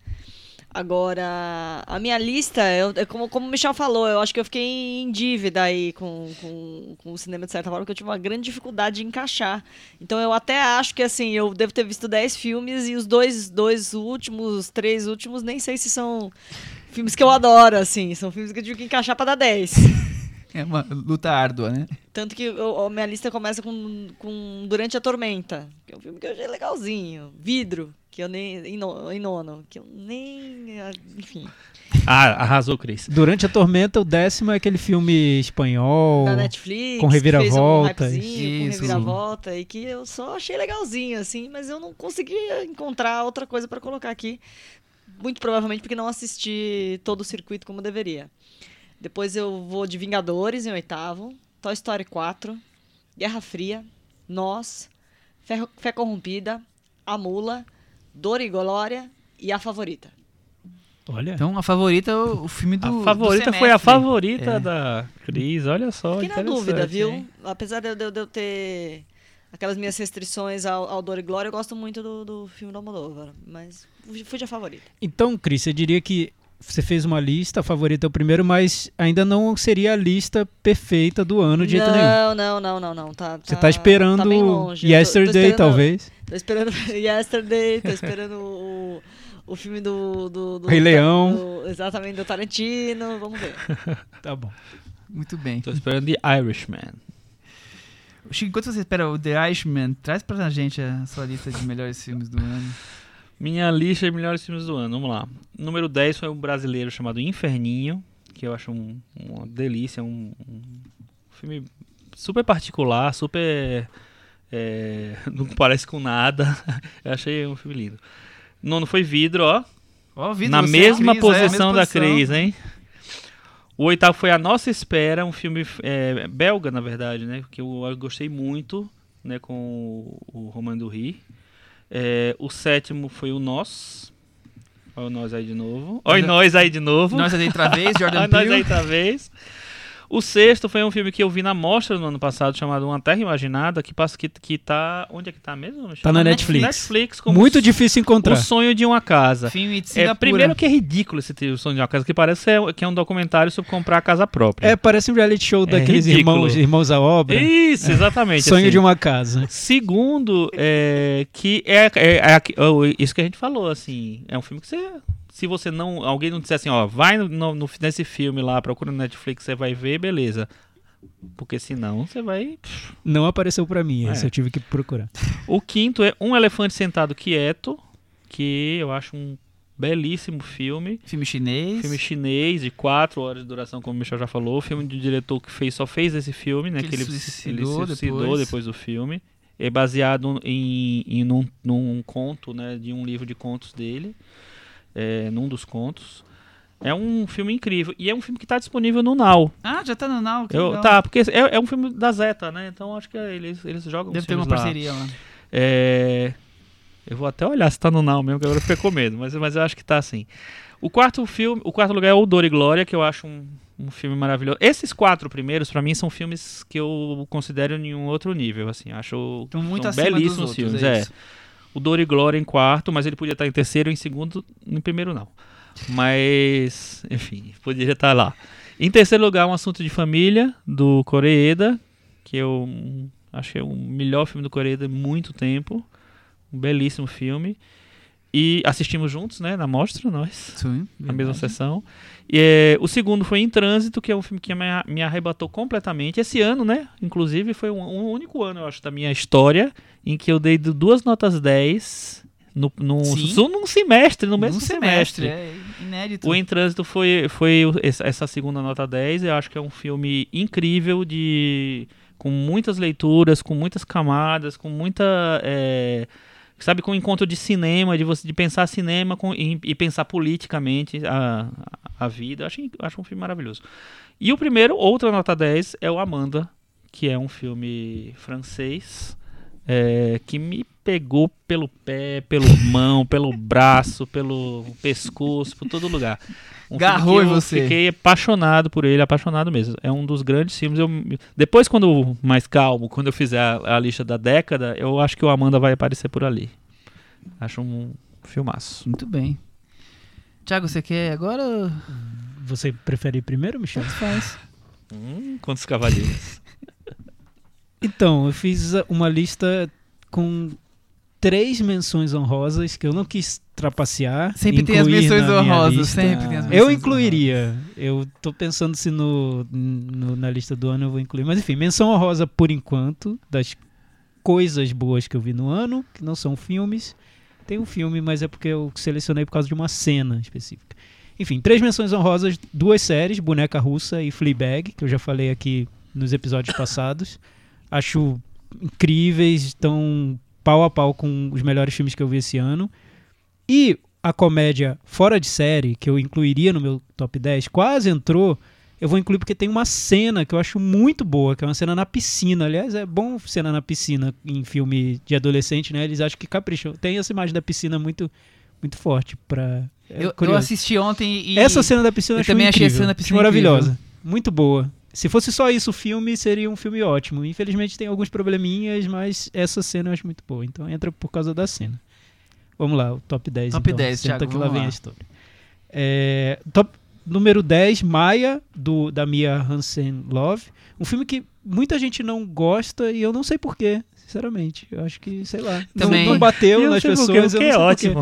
Agora, a minha lista, eu, é como, como o Michel falou, eu acho que eu fiquei em dívida aí com, com, com o cinema de certa forma, porque eu tive uma grande dificuldade de encaixar. Então eu até acho que assim, eu devo ter visto dez filmes e os dois, dois últimos, três últimos, nem sei se são filmes que eu adoro, assim. São filmes que eu tive que encaixar pra dar dez. é uma luta árdua, né? Tanto que eu- a minha lista começa com, com Durante a Tormenta, que é um filme que eu achei legalzinho. Vidro, que eu nem. Em, no- em nono, que eu nem. ah, Enfim. Ah, arrasou, Cris. Durante a Tormenta, o décimo é aquele filme espanhol. Da Netflix, com que fez um reviravoltas. hypezinho, com Isso. reviravolta, e que eu só achei legalzinho, assim, mas eu não conseguia encontrar outra coisa pra colocar aqui. Muito provavelmente porque não assisti todo o circuito como deveria. Depois eu vou de Vingadores em oitavo, Toy Story quatro, Guerra Fria, Nós, Fé, Fé Corrompida, A Mula, Dor e Glória e A Favorita. Olha. Então, a favorita é o, o filme do A favorita do foi a semestre. favorita É. da Cris, olha só. Fiquei na interessante, dúvida, viu? hein? Apesar de eu, de eu- de eu ter aquelas minhas restrições ao, ao Dor e Glória, eu gosto muito do, do filme do Almodóvar, mas fui fui de A Favorita. Então, Cris, você diria que você fez uma lista, a favorita é o primeiro, mas ainda não seria a lista perfeita do ano de jeito nenhum. Não, não, não, não, não. Tá, Você tá esperando tá bem longe. Eu tô- tô Yesterday, esperando- talvez. Tô esperando Yesterday, tô esperando o, o filme do... do, do Rei Leão. do- exatamente, do Tarantino, vamos ver. Tá bom. Muito bem. Tô esperando The Irishman. Chico, enquanto você espera o The Irishman, traz pra gente a sua lista de melhores filmes do ano. Minha lista de melhores filmes do ano, vamos lá. Número dez foi um brasileiro chamado Inferninho, que eu acho um, uma delícia, um, um filme super particular, super... É, não parece com nada. Eu achei um filme lindo. Nono foi Vidro, ó. Ó, Vidro, na você mesma é a Cris, posição é, a mesma da posição. Cris, hein? O oitavo foi A Nossa Espera, um filme é, belga, na verdade, né? Que eu, eu gostei muito, né? Com o, o Romain Duris. É, o sétimo foi o Nós. Olha o Nós aí de novo. Olha o Nós aí de novo. Nós aí outra vez, Jordan Olha o Nós Peele. aí outra vez. O sexto foi um filme que eu vi na mostra no ano passado, chamado Uma Terra Imaginada, que, passa, que, que tá... Onde é que tá mesmo? Michel? Tá na Netflix. Netflix. Como Muito o, difícil encontrar. O Sonho de uma Casa. Filme de É, Singapura. primeiro que é ridículo esse O Sonho de uma Casa, que parece que é, que é um documentário sobre comprar a casa própria. É, parece um reality show É daqueles ridículo. irmãos, irmãos à obra. Isso, exatamente. Sonho assim. de uma casa. Segundo, é, que é, é, é, é isso que a gente falou, assim, é um filme que você... Se você não... Alguém não disser assim, ó, vai no, no, nesse filme lá, procura no Netflix, você vai ver, beleza. Porque senão você vai... Não apareceu pra mim, É. esse eu tive que procurar. O quinto é Um Elefante Sentado Quieto, que eu acho um belíssimo filme. Filme chinês. Filme chinês, de quatro horas de duração, como o Michel já falou. Filme de um diretor que fez, só fez esse filme, né? Que Que ele ele, se suicidou ele se suicidou depois. depois do filme. É baseado em, em num, num conto, né? De um livro de contos dele. É, num dos contos. É um filme incrível. E é um filme que está disponível no Now. Ah, já tá no Now. Que Eu, legal. tá, porque é, é um filme da Zeta, né? Então acho que é, eles, eles jogam Deve os ter uma filmes lá. parceria lá. É, eu vou até olhar se tá no Now mesmo, que agora eu fiquei com medo, mas, mas eu acho que tá assim. O quarto filme, o quarto lugar é o Dor e Glória, que eu acho um, um filme maravilhoso. Esses quatro primeiros, pra mim, são filmes que eu considero em um outro nível, assim. Acho Estão muito são acima dos belíssimos outros, filmes, é é. isso. O Dor e Glória em quarto, mas ele podia estar em terceiro, em segundo, em primeiro não. Mas, enfim, poderia estar lá. Em terceiro lugar, Um Assunto de Família, do Koreeda, que eu hum, acho que é o melhor filme do Koreeda há muito tempo. Um belíssimo filme. E assistimos juntos, né, na mostra, nós, Sim, na mesma verdade. sessão. E, é, o segundo foi Em Trânsito, que é um filme que me, me arrebatou completamente. Esse ano, né, inclusive, foi um, um único ano, eu acho, da minha história, em que eu dei duas notas dez no, no, Sim. num semestre, no mesmo Um semestre. semestre. É inédito. O Em Trânsito foi, foi o- essa essa segunda nota dez. Eu acho que é um filme incrível, de, com muitas leituras, com muitas camadas, com muita... é, sabe, com um encontro de cinema, de você de pensar cinema com, e, e pensar politicamente a, a, a vida. Eu acho, acho um filme maravilhoso. E o primeiro, outra nota dez, é o Amanda, que é um filme francês, é, que me pegou pelo pé, pelo mão, pelo braço, pelo pescoço, por todo lugar. Um Garrou filme em que eu você. Fiquei apaixonado por ele, apaixonado mesmo. É um dos grandes filmes. Eu, depois, quando mais calmo, quando eu fizer a, a lista da década, eu acho que o Amanda vai aparecer por ali. Acho um filmaço. Muito bem. Thiago, você quer agora? Você prefere ir primeiro, Michel? Faz. Hum, quantos cavaleiros? Então, eu fiz uma lista com três menções honrosas que eu não quis trapacear. Sempre tem as incluir menções na minha honrosas, lista. sempre tem as menções Eu incluiria. Eu tô pensando se no, no- na lista do ano eu vou incluir. Mas enfim, menção honrosa por enquanto, das coisas boas que eu vi no ano, que não são filmes. Tem um filme, mas é porque eu selecionei por causa de uma cena específica. Enfim, três menções honrosas, duas séries, Boneca Russa e Fleabag, que eu já falei aqui nos episódios passados. Acho incríveis, estão pau a pau com os melhores filmes que eu vi esse ano. E a comédia fora de série, que eu incluiria no meu top dez, quase entrou. Eu vou incluir porque tem uma cena que eu acho muito boa, que é uma cena na piscina. Aliás, é bom cena na piscina em filme de adolescente, né? Eles acham que capricham. Tem essa imagem da piscina muito, muito forte. Pra... É Eu, eu curioso. assisti ontem e... Essa cena da piscina eu eu acho também achei a incrível, cena da acho piscina maravilhosa. Muito boa. Se fosse só isso o filme, seria um filme ótimo. Infelizmente tem alguns probleminhas, mas essa cena eu acho muito boa. Então entra por causa da cena. Vamos lá, o top dez. Top então. dez, Senta Thiago, que lá vamos vem lá. a história. É, top número dez, Maia, do, da Mia Hansen-Love. Um filme que muita gente não gosta e eu não sei porquê, sinceramente. Eu acho que, sei lá, não, Também. não bateu Eu nas sei por quê, pessoas. o que eu é não sei ótimo.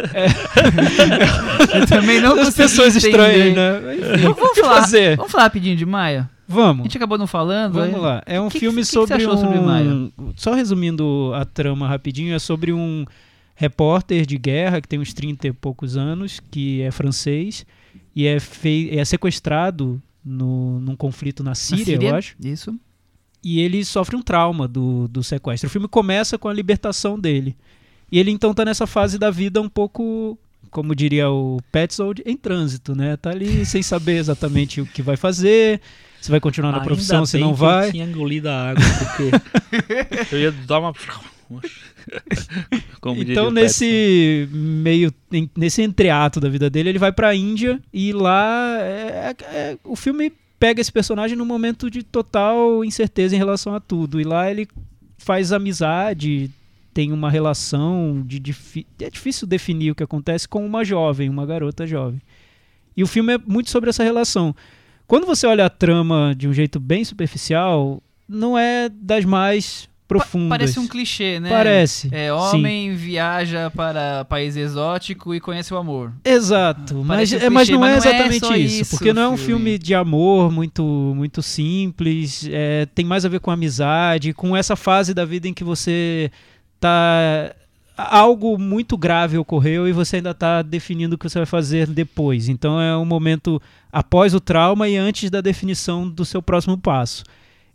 Eu também não As consegui pessoas entender. estranhas, né? Enfim, Vamos, vamos o que falar, fazer? vamos falar rapidinho de Maia? A Vamos. gente acabou não falando. Vamos é? lá. É um Que- filme que- que sobre você achou um... sobre Maia? Só resumindo a trama rapidinho, é sobre um repórter de guerra que tem uns trinta e poucos anos, que é francês, e é, fei- é sequestrado no, num conflito na Síria, Na Síria, eu acho. Isso. E ele sofre um trauma do, do sequestro. O filme começa com a libertação dele. E ele então tá nessa fase da vida um pouco, como diria o Petzold, em trânsito, né? Tá ali sem saber exatamente o que vai fazer, se vai continuar na Ainda profissão, se bem não que vai. Eu tinha engolido a água, porque eu ia dar uma... Como diria Então o nesse meio, em- nesse entreato da vida dele, ele vai pra Índia e lá é- é- é- o filme pega esse personagem num momento de total incerteza em relação a tudo. E lá ele faz amizade, tem uma relação de difi- é difícil definir o que acontece com uma jovem, uma garota jovem. E o filme é muito sobre essa relação. Quando você olha a trama de um jeito bem superficial, não é das mais profundas. Parece um clichê, né? Parece. É, homem viaja para país exótico e conhece o amor. Exato, mas, Parece um é, mas clichê, não mas é não é exatamente só isso, isso porque o não é um filme. filme de amor muito, muito simples, é, tem mais a ver com amizade, com essa fase da vida em que você tá... algo muito grave ocorreu e você ainda está definindo o que você vai fazer depois. Então é um momento após o trauma e antes da definição do seu próximo passo.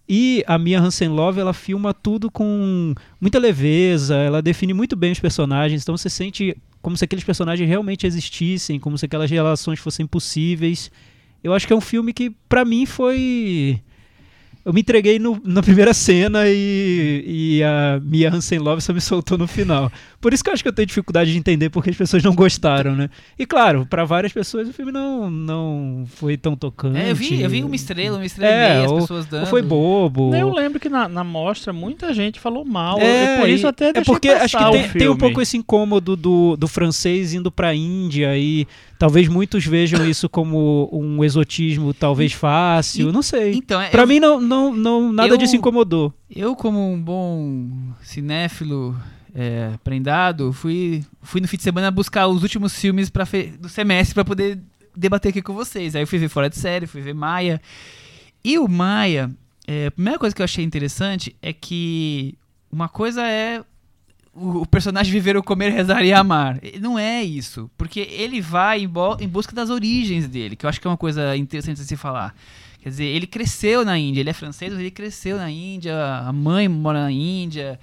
E a Mia Hansen-Løve, ela filma tudo com muita leveza, ela define muito bem os personagens, então você sente como se aqueles personagens realmente existissem, como se aquelas relações fossem possíveis. Eu acho que é um filme que, pra mim, foi... Eu me entreguei no, na primeira cena e, e a Mia Hansen-Løve só me soltou no final. Por isso que eu acho que eu tenho dificuldade de entender porque as pessoas não gostaram, né? E claro, para várias pessoas o filme não, não foi tão tocante. É, eu vi, eu vi uma estrela, uma estrela É, e meia, as ou- pessoas dando. Ou foi bobo. Eu lembro que na, na mostra muita gente falou mal. É, e por isso e- até é deixei porque acho passar que o tem, tem um filme. pouco esse incômodo do, do francês indo pra Índia e talvez muitos vejam isso como um exotismo talvez fácil, E- não sei. Então, é, Pra eu, mim não, não, não nada eu- disso incomodou. eu, como um bom cinéfilo é, prendado, fui, fui no fim de semana buscar os últimos filmes pra fe- do semestre pra poder debater aqui com vocês. Aí eu fui ver Fora de Série, fui ver Maia. E o Maia, é, a primeira coisa que eu achei interessante é que uma coisa é o, o personagem viver o comer, rezar e amar. E não é isso, porque ele vai em, bo- em busca das origens dele, que eu acho que é uma coisa interessante de se falar. Quer dizer, ele cresceu na Índia, ele é francês, mas ele cresceu na Índia, a mãe mora na Índia.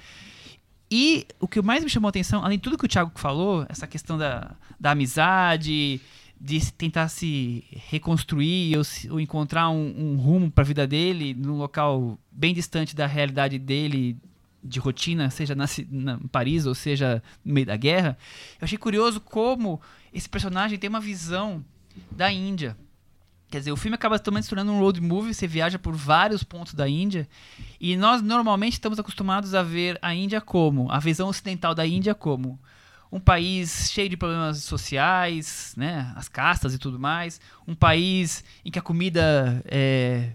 E o que mais me chamou a atenção, além de tudo que o Thiago falou, essa questão da, da amizade, de se- tentar se reconstruir ou, se- ou encontrar um, um rumo para a vida dele num local bem distante da realidade dele de rotina, seja na, ci- na em Paris ou seja no meio da guerra, eu achei curioso como esse personagem tem uma visão da Índia. Quer dizer, o filme acaba também se tornando um road movie, você viaja por vários pontos da Índia, e nós normalmente estamos acostumados a ver a Índia como, a visão ocidental da Índia como um país cheio de problemas sociais, né, as castas e tudo mais, um país em que a comida é,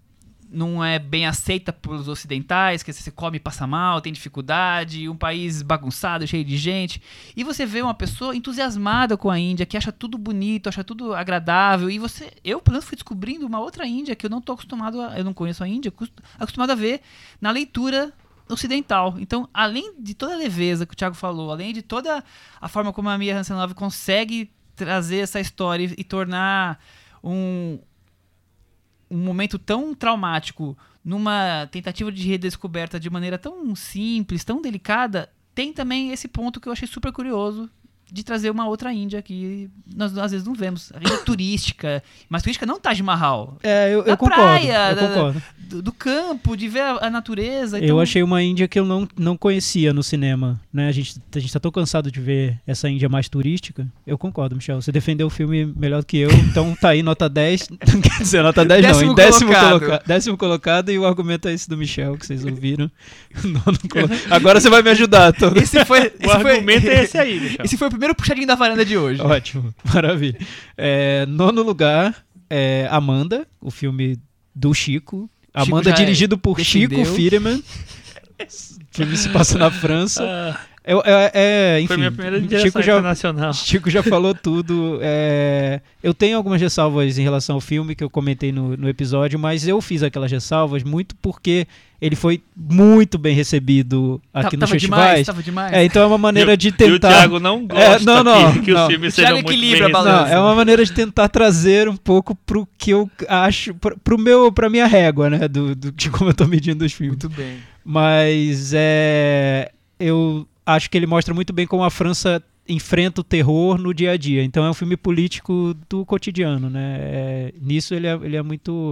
não é bem aceita pelos ocidentais, que você come e passa mal, tem dificuldade, um país bagunçado, cheio de gente, e você vê uma pessoa entusiasmada com a Índia, que acha tudo bonito, acha tudo agradável, e você, eu, pelo menos, fui descobrindo uma outra Índia que eu não tô acostumado a, eu não conheço a Índia, custo- acostumado a ver na leitura ocidental. Então, além de toda a leveza que o Thiago falou, além de toda a forma como a Mia Hansen-Løve consegue trazer essa história e, e tornar um um momento tão traumático numa tentativa de redescoberta de maneira tão simples, tão delicada, tem também esse ponto que eu achei super curioso de trazer uma outra Índia que nós às vezes não vemos. A Índia turística, mas turística não Taj Mahal. É, eu, Da eu concordo. praia, eu da- concordo. Do, do campo, de ver a, a natureza. Eu então- achei uma Índia que eu não, não conhecia no cinema, né? A gente, a gente tá tão cansado de ver essa Índia mais turística. Eu concordo, Michel. Você defendeu o filme melhor do que eu, então tá aí nota dez. Quer dizer, nota dez não, Décimo em décimo colocado. colocado. Décimo colocado e o argumento é esse do Michel, que vocês ouviram. O nono colo- Agora você vai me ajudar, Tô. Esse foi, esse O foi- argumento é esse aí, Michel. Esse foi o primeiro puxadinho da varanda de hoje. Ótimo, maravilha. É, nono lugar, é Amanda, o filme do Chico. Chico Amanda já dirigido por defendeu. Chico Firman. O filme se passa na França. Ah, É, é, é, enfim, Foi minha primeira direção Chico já, internacional. Chico já falou tudo. É, eu tenho algumas ressalvas em relação ao filme que eu comentei no, no episódio, mas eu fiz aquelas ressalvas muito porque ele foi muito bem recebido aqui Tava nos festivais. demais, tava demais. É, então é uma maneira E o- de E o tentar... Thiago não gosta É, não, não, que, que não. os filmes O Thiago sejam muito equilibra bem a balança. Não, é uma maneira de tentar trazer um pouco pro que eu acho, pro, pro meu, pra minha régua, né, do, do, de como eu tô medindo os filmes. Muito bem. Mas é, eu acho que ele mostra muito bem como a França enfrenta o terror no dia a dia. Então é um filme político do cotidiano, né? É, nisso ele é, ele é muito...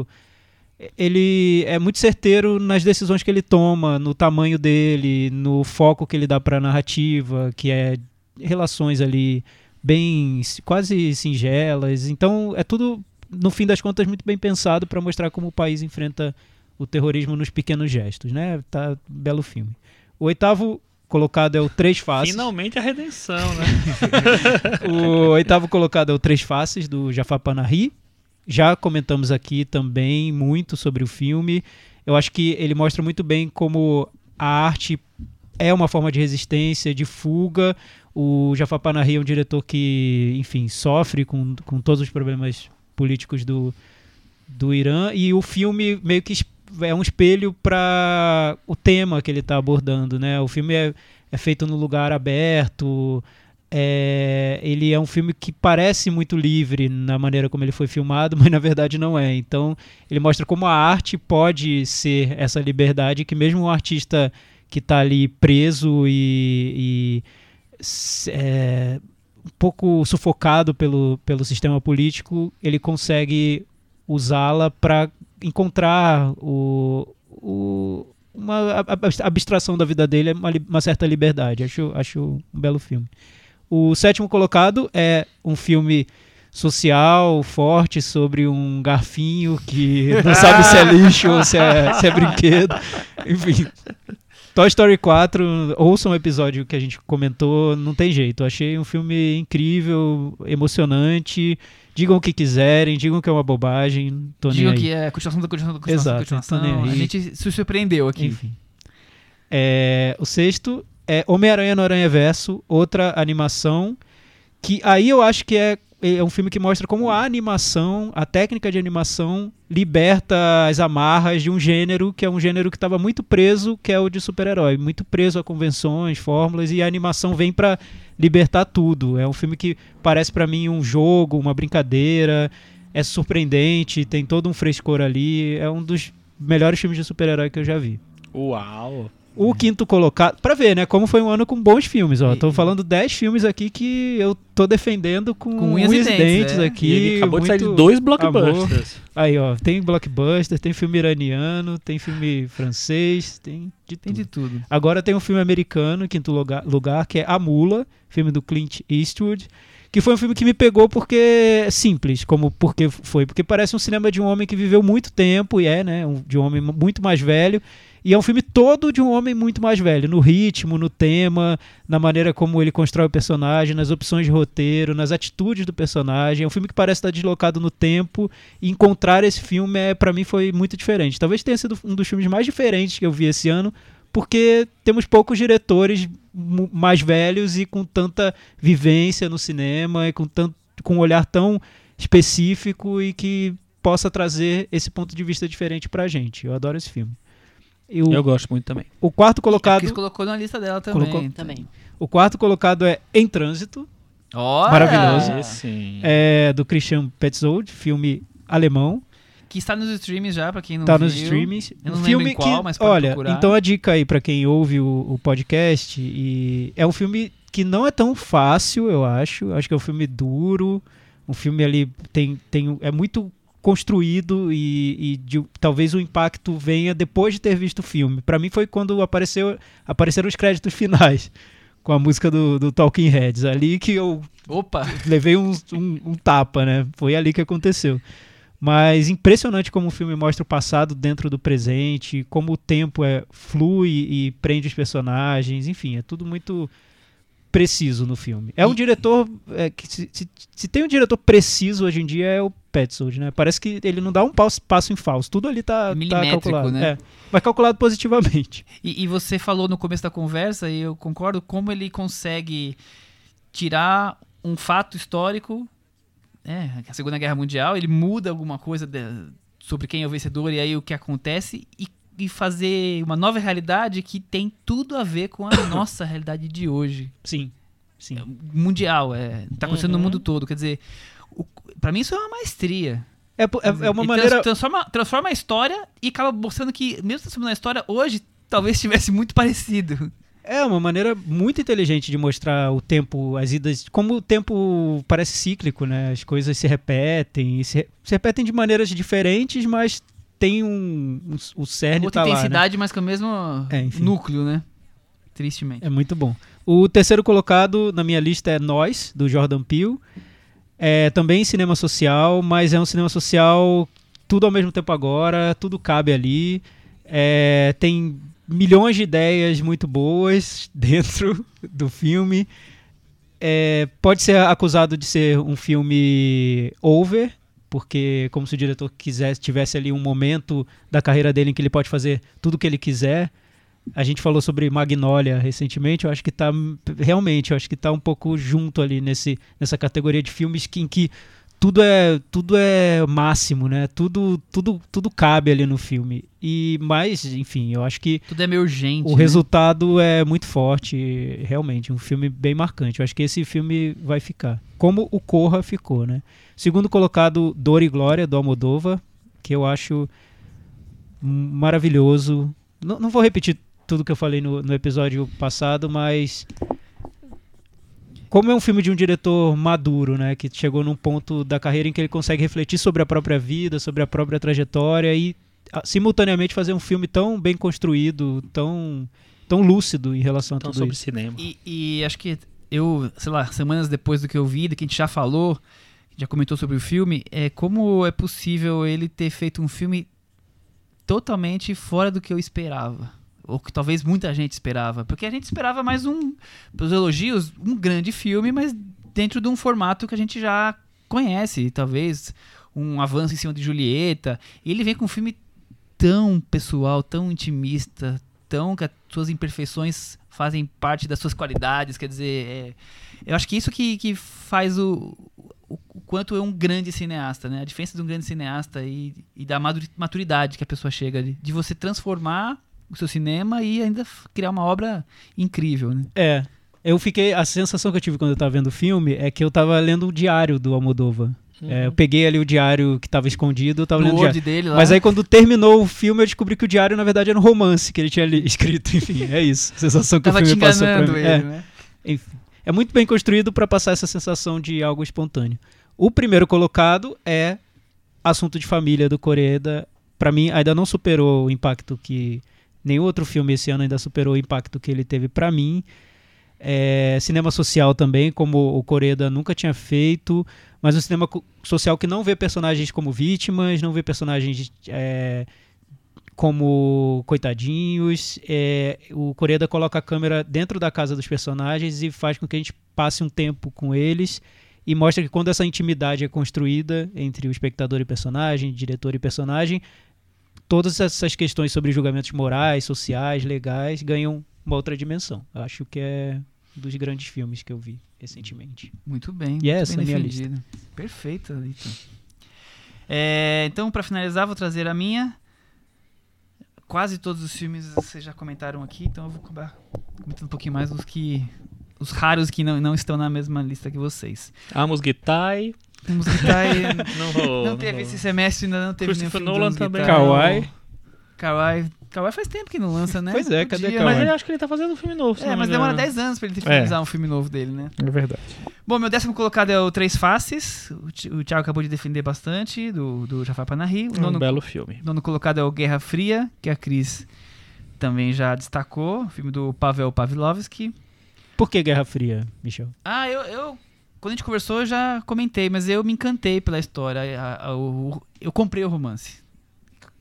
Ele é muito certeiro nas decisões que ele toma, no tamanho dele, no foco que ele dá para a narrativa, que é relações ali bem quase singelas. Então é tudo, no fim das contas, muito bem pensado para mostrar como o país enfrenta o terrorismo nos pequenos gestos, né? Tá, belo filme. O oitavo colocado é o Três Faces. Finalmente a redenção, né? O oitavo colocado é o Três Faces, do Jafar Panahi. Já comentamos aqui também muito sobre o filme. Eu acho que ele mostra muito bem como a arte é uma forma de resistência, de fuga. O Jafar Panahi é um diretor que, enfim, sofre com, com todos os problemas políticos do, do Irã. E o filme meio que é um espelho para o tema que ele está abordando, né? O filme é, é feito num lugar aberto. É, ele é um filme que parece muito livre na maneira como ele foi filmado, mas na verdade não é. Então ele mostra como a arte pode ser essa liberdade, que mesmo um artista que está ali preso e, e é, um pouco sufocado pelo, pelo sistema político, ele consegue usá-la para encontrar o, o, uma abstração da vida dele, uma, uma certa liberdade. Acho, acho um belo filme. O sétimo colocado é um filme social, forte, sobre um garfinho que não sabe se é lixo ou se é, se é brinquedo. Enfim. Toy Story quatro, ouça um episódio que a gente comentou, não tem jeito. Eu achei um filme incrível, emocionante. Digam o que quiserem, digam que é uma bobagem. Tô nem Digam aí. que é continuação da continuação da continuação da Exato, continuação. tô nem aí. A gente se surpreendeu aqui. Enfim. É, o sexto é Homem-Aranha no Aranhaverso, outra animação, que aí eu acho que é, é um filme que mostra como a animação, a técnica de animação, liberta as amarras de um gênero que é um gênero que estava muito preso, que é o de super-herói, muito preso a convenções, fórmulas, e a animação vem para libertar tudo. É um filme que parece para mim um jogo, uma brincadeira, é surpreendente, tem todo um frescor ali, é um dos melhores filmes de super-herói que eu já vi. Uau! O quinto colocado, pra ver, né, como foi um ano com bons filmes, ó. Tô falando dez filmes aqui que eu tô defendendo com, Com unhas e dentes, é. aqui. E ele acabou de sair de muito dois amor. blockbusters. Aí, ó, tem blockbuster, tem filme iraniano, tem filme francês, tem de Tem tudo. de tudo. Agora tem um filme americano, em quinto lugar, lugar, que é A Mula, filme do Clint Eastwood, que foi um filme que me pegou porque é simples, como porque foi, porque parece um cinema de um homem que viveu muito tempo, e é, né, um, de um homem muito mais velho. E é um filme todo de um homem muito mais velho, no ritmo, no tema, na maneira como ele constrói o personagem, nas opções de roteiro, nas atitudes do personagem. É um filme que parece estar deslocado no tempo, e encontrar esse filme, é, para mim, foi muito diferente. Talvez tenha sido um dos filmes mais diferentes que eu vi esse ano, porque temos poucos diretores mais velhos e com tanta vivência no cinema, e com, tanto, com um olhar tão específico e que possa trazer esse ponto de vista diferente pra gente. Eu adoro esse filme. E o, Eu gosto muito também. o quarto A colocado, Cris colocou na lista dela também. Colocou? Também. o quarto colocado é Em Trânsito, Olha! Maravilhoso. Esse sim. é do Christian Petzold, filme alemão, Que está nos streams já, pra quem não tá viu. nos streamings. Eu não um lembro filme em qual, que, mas pode olha, procurar. então a dica aí pra quem ouve o, o podcast, e é um filme que não é tão fácil, eu acho. Acho que é um filme duro, um filme ali tem, tem é muito construído, e, e de, talvez o impacto venha depois de ter visto o filme. Pra mim foi quando apareceu, apareceram os créditos finais com a música do, do Talking Heads, ali que eu Opa! levei um, um, um tapa, né? Foi ali que aconteceu. Mas impressionante como o filme mostra o passado dentro do presente, como o tempo é, flui e prende os personagens, enfim, é tudo muito preciso no filme. É um diretor, é, que se, se, se tem um diretor preciso hoje em dia é o Petzold, né? Parece que ele não dá um passo, passo em falso. Tudo ali tá, tá calculado. né? É, mas calculado positivamente. E, e você falou no começo da conversa, e eu concordo, como ele consegue tirar um fato histórico, é, a Segunda Guerra Mundial, ele muda alguma coisa de, sobre quem é o vencedor e aí o que acontece, e, e fazer uma nova realidade que tem tudo a ver com a nossa realidade de hoje. Sim, sim. Mundial, é, tá acontecendo Uhum. no mundo todo. Quer dizer, o, pra mim isso é uma maestria. É, é, é uma E maneira... trans- transforma, transforma a história e acaba mostrando que, mesmo transformando a história, hoje talvez estivesse muito parecido. É uma maneira muito inteligente de mostrar o tempo, as idas, como o tempo parece cíclico, né? As coisas se repetem, e se, se repetem de maneiras diferentes, mas tem um, um o cerne Outra tá lá, né? intensidade, mas com o mesmo É, enfim. núcleo, né? Tristemente. É muito bom. O terceiro colocado na minha lista é Nós, do Jordan Peele. É também cinema social, mas é um cinema social tudo ao mesmo tempo agora, tudo cabe ali. É, tem milhões de ideias muito boas dentro do filme. É, pode ser acusado de ser um filme over, porque como se o diretor quisesse, tivesse ali um momento da carreira dele em que ele pode fazer tudo o que ele quiser. A gente falou sobre Magnolia recentemente, eu acho que tá, realmente, eu acho que tá um pouco junto ali nesse, nessa categoria de filmes que, em que tudo é, tudo é máximo, né? Tudo, tudo, tudo cabe ali no filme. E, mas, enfim, eu acho que Tudo é meio urgente. o né? resultado é muito forte, realmente, um filme bem marcante. Eu acho que esse filme vai ficar. Como o Corra ficou, né? Segundo colocado, Dor e Glória, do Almodóvar, que eu acho maravilhoso. Não, não vou repetir tudo que eu falei no, no episódio passado, mas como é um filme de um diretor maduro, né, que chegou num ponto da carreira em que ele consegue refletir sobre a própria vida, sobre a própria trajetória e a, simultaneamente fazer um filme tão bem construído, tão, tão lúcido em relação a Então, tudo sobre isso. cinema. E, e acho que eu, sei lá, semanas depois do que eu vi, do que a gente já falou, já comentou sobre o filme, é como é possível ele ter feito um filme totalmente fora do que eu esperava. Ou que talvez muita gente esperava. Porque a gente esperava mais um, pelos elogios, um grande filme, mas dentro de um formato que a gente já conhece. Talvez um avanço em cima de Julieta. E ele vem com um filme tão pessoal, tão intimista, tão que as suas imperfeições fazem parte das suas qualidades. Quer dizer, é, eu acho que isso que, que faz o, o, o quanto é um grande cineasta, né? A diferença de um grande cineasta e, e da maduri- maturidade que a pessoa chega de, de você transformar o seu cinema e ainda f- criar uma obra incrível, né? É, eu fiquei, a sensação que eu tive quando eu tava vendo o filme é que eu tava lendo o diário do Almodóvar. Uhum. É, eu peguei ali o diário que tava escondido, eu tava No lendo o Word diário. dele lá. Mas aí quando terminou o filme eu descobri que o diário na verdade era um romance que ele tinha li- escrito, enfim, é isso. A sensação que tava o te filme passou pra enganando mim. ele, É, né? enfim, é muito bem construído pra passar essa sensação de algo espontâneo. O primeiro colocado é Assunto de Família, do Koreeda. Pra mim ainda não superou o impacto que nenhum outro filme esse ano ainda superou o impacto que ele teve pra mim. É, cinema social também, como o Koreeda nunca tinha feito, mas um cinema co- social que não vê personagens como vítimas, não vê personagens é, como coitadinhos. É, o Koreeda coloca a câmera dentro da casa dos personagens e faz com que a gente passe um tempo com eles e mostra que quando essa intimidade é construída entre o espectador e personagem, diretor e personagem, todas essas questões sobre julgamentos morais, sociais, legais, ganham uma outra dimensão. Eu acho que é um dos grandes filmes que eu vi recentemente. Muito bem. E muito essa bem é a minha defendido. Perfeito, Lito. É, então, pra finalizar, vou trazer a minha. Quase todos os filmes vocês já comentaram aqui, então eu vou acabar comentando um pouquinho mais dos que... os raros que não, não estão na mesma lista que vocês. Amos Guitai. Temos que tá aí... Não rolou. Não teve esse semestre, ainda não teve nenhum Christopher filme do Nolan Amos também. Guitar. Kawaii. Kawaii. Kawaii faz tempo que não lança, né? Pois é, cadê Podia, Kawaii? Mas eu acho que ele tá fazendo um filme novo. se É, não me mas demora engano. dez anos pra ele ter É. finalizar um filme novo dele, né? É verdade. Bom, meu décimo colocado é o Três Faces. O Ti- o Thiago acabou de defender bastante, do, do Jafar Panahi. O É um nono, belo filme. nono colocado é o Guerra Fria, que a Cris também já destacou. O filme do Pavel Pavlovsky. Por que Guerra Fria, Michel? Ah, eu, eu... Quando a gente conversou, eu já comentei, mas eu me encantei pela história. A- a- o- eu comprei o romance. Que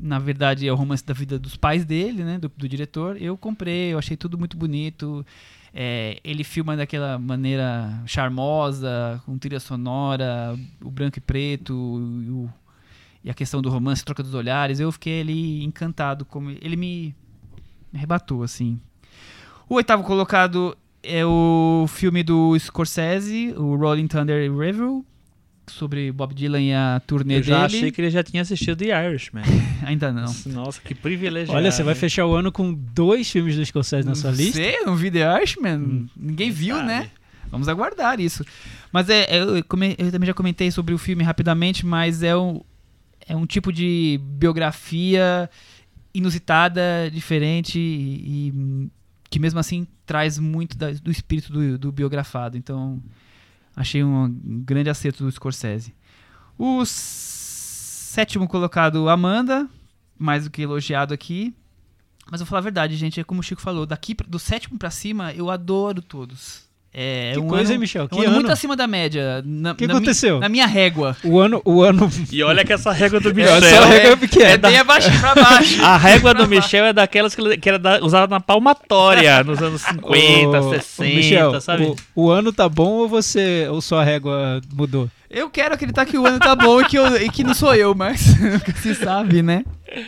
na verdade é o romance da vida dos pais dele, né, do, do diretor. Eu comprei, eu achei tudo muito bonito. É, ele filma daquela maneira charmosa, com trilha sonora, o branco e preto, e, o, e a questão do romance, troca dos olhares. Eu fiquei ali encantado, como ele me, me arrebatou, assim. O oitavo colocado é o filme do Scorsese, o Rolling Thunder Revue, sobre Bob Dylan e a turnê Eu já dele. achei que ele já tinha assistido The Irishman. Ainda não. Nossa, que privilegiado. Olha, você vai fechar o ano com dois filmes do Scorsese na sua Não lista? sei, eu não vi The Irishman. Hum. Ninguém viu, sabe. né? Vamos aguardar isso. Mas é, é, eu, come- eu também já comentei sobre o filme rapidamente, mas é um, é um tipo de biografia inusitada, diferente e, e que mesmo assim traz muito da- do espírito do, do biografado. Então, achei um grande acerto do Scorsese. O sétimo colocado, Amanda, mais do que elogiado aqui. Mas eu vou falar a verdade, gente, é como o Chico falou, daqui pra- do sétimo pra cima, eu adoro todos. É Que um coisa, ano, hein, Michel? é um Que ano ano? muito acima da média. Na, O que na mi- aconteceu? na minha régua. O ano... O ano... E olha que essa régua do Essa Michel... régua é pequena. É bem abaixo pra baixo. A régua Pra do baixo. Michel é daquelas que, que era da- usada na palmatória nos anos cinquenta, Ô, ô, sessenta, Michel, sabe? O, o ano tá bom ou você... Ou sua régua mudou? Eu quero acreditar que o ano tá bom e que, eu- e que não sou eu, mas nunca se sabe, né?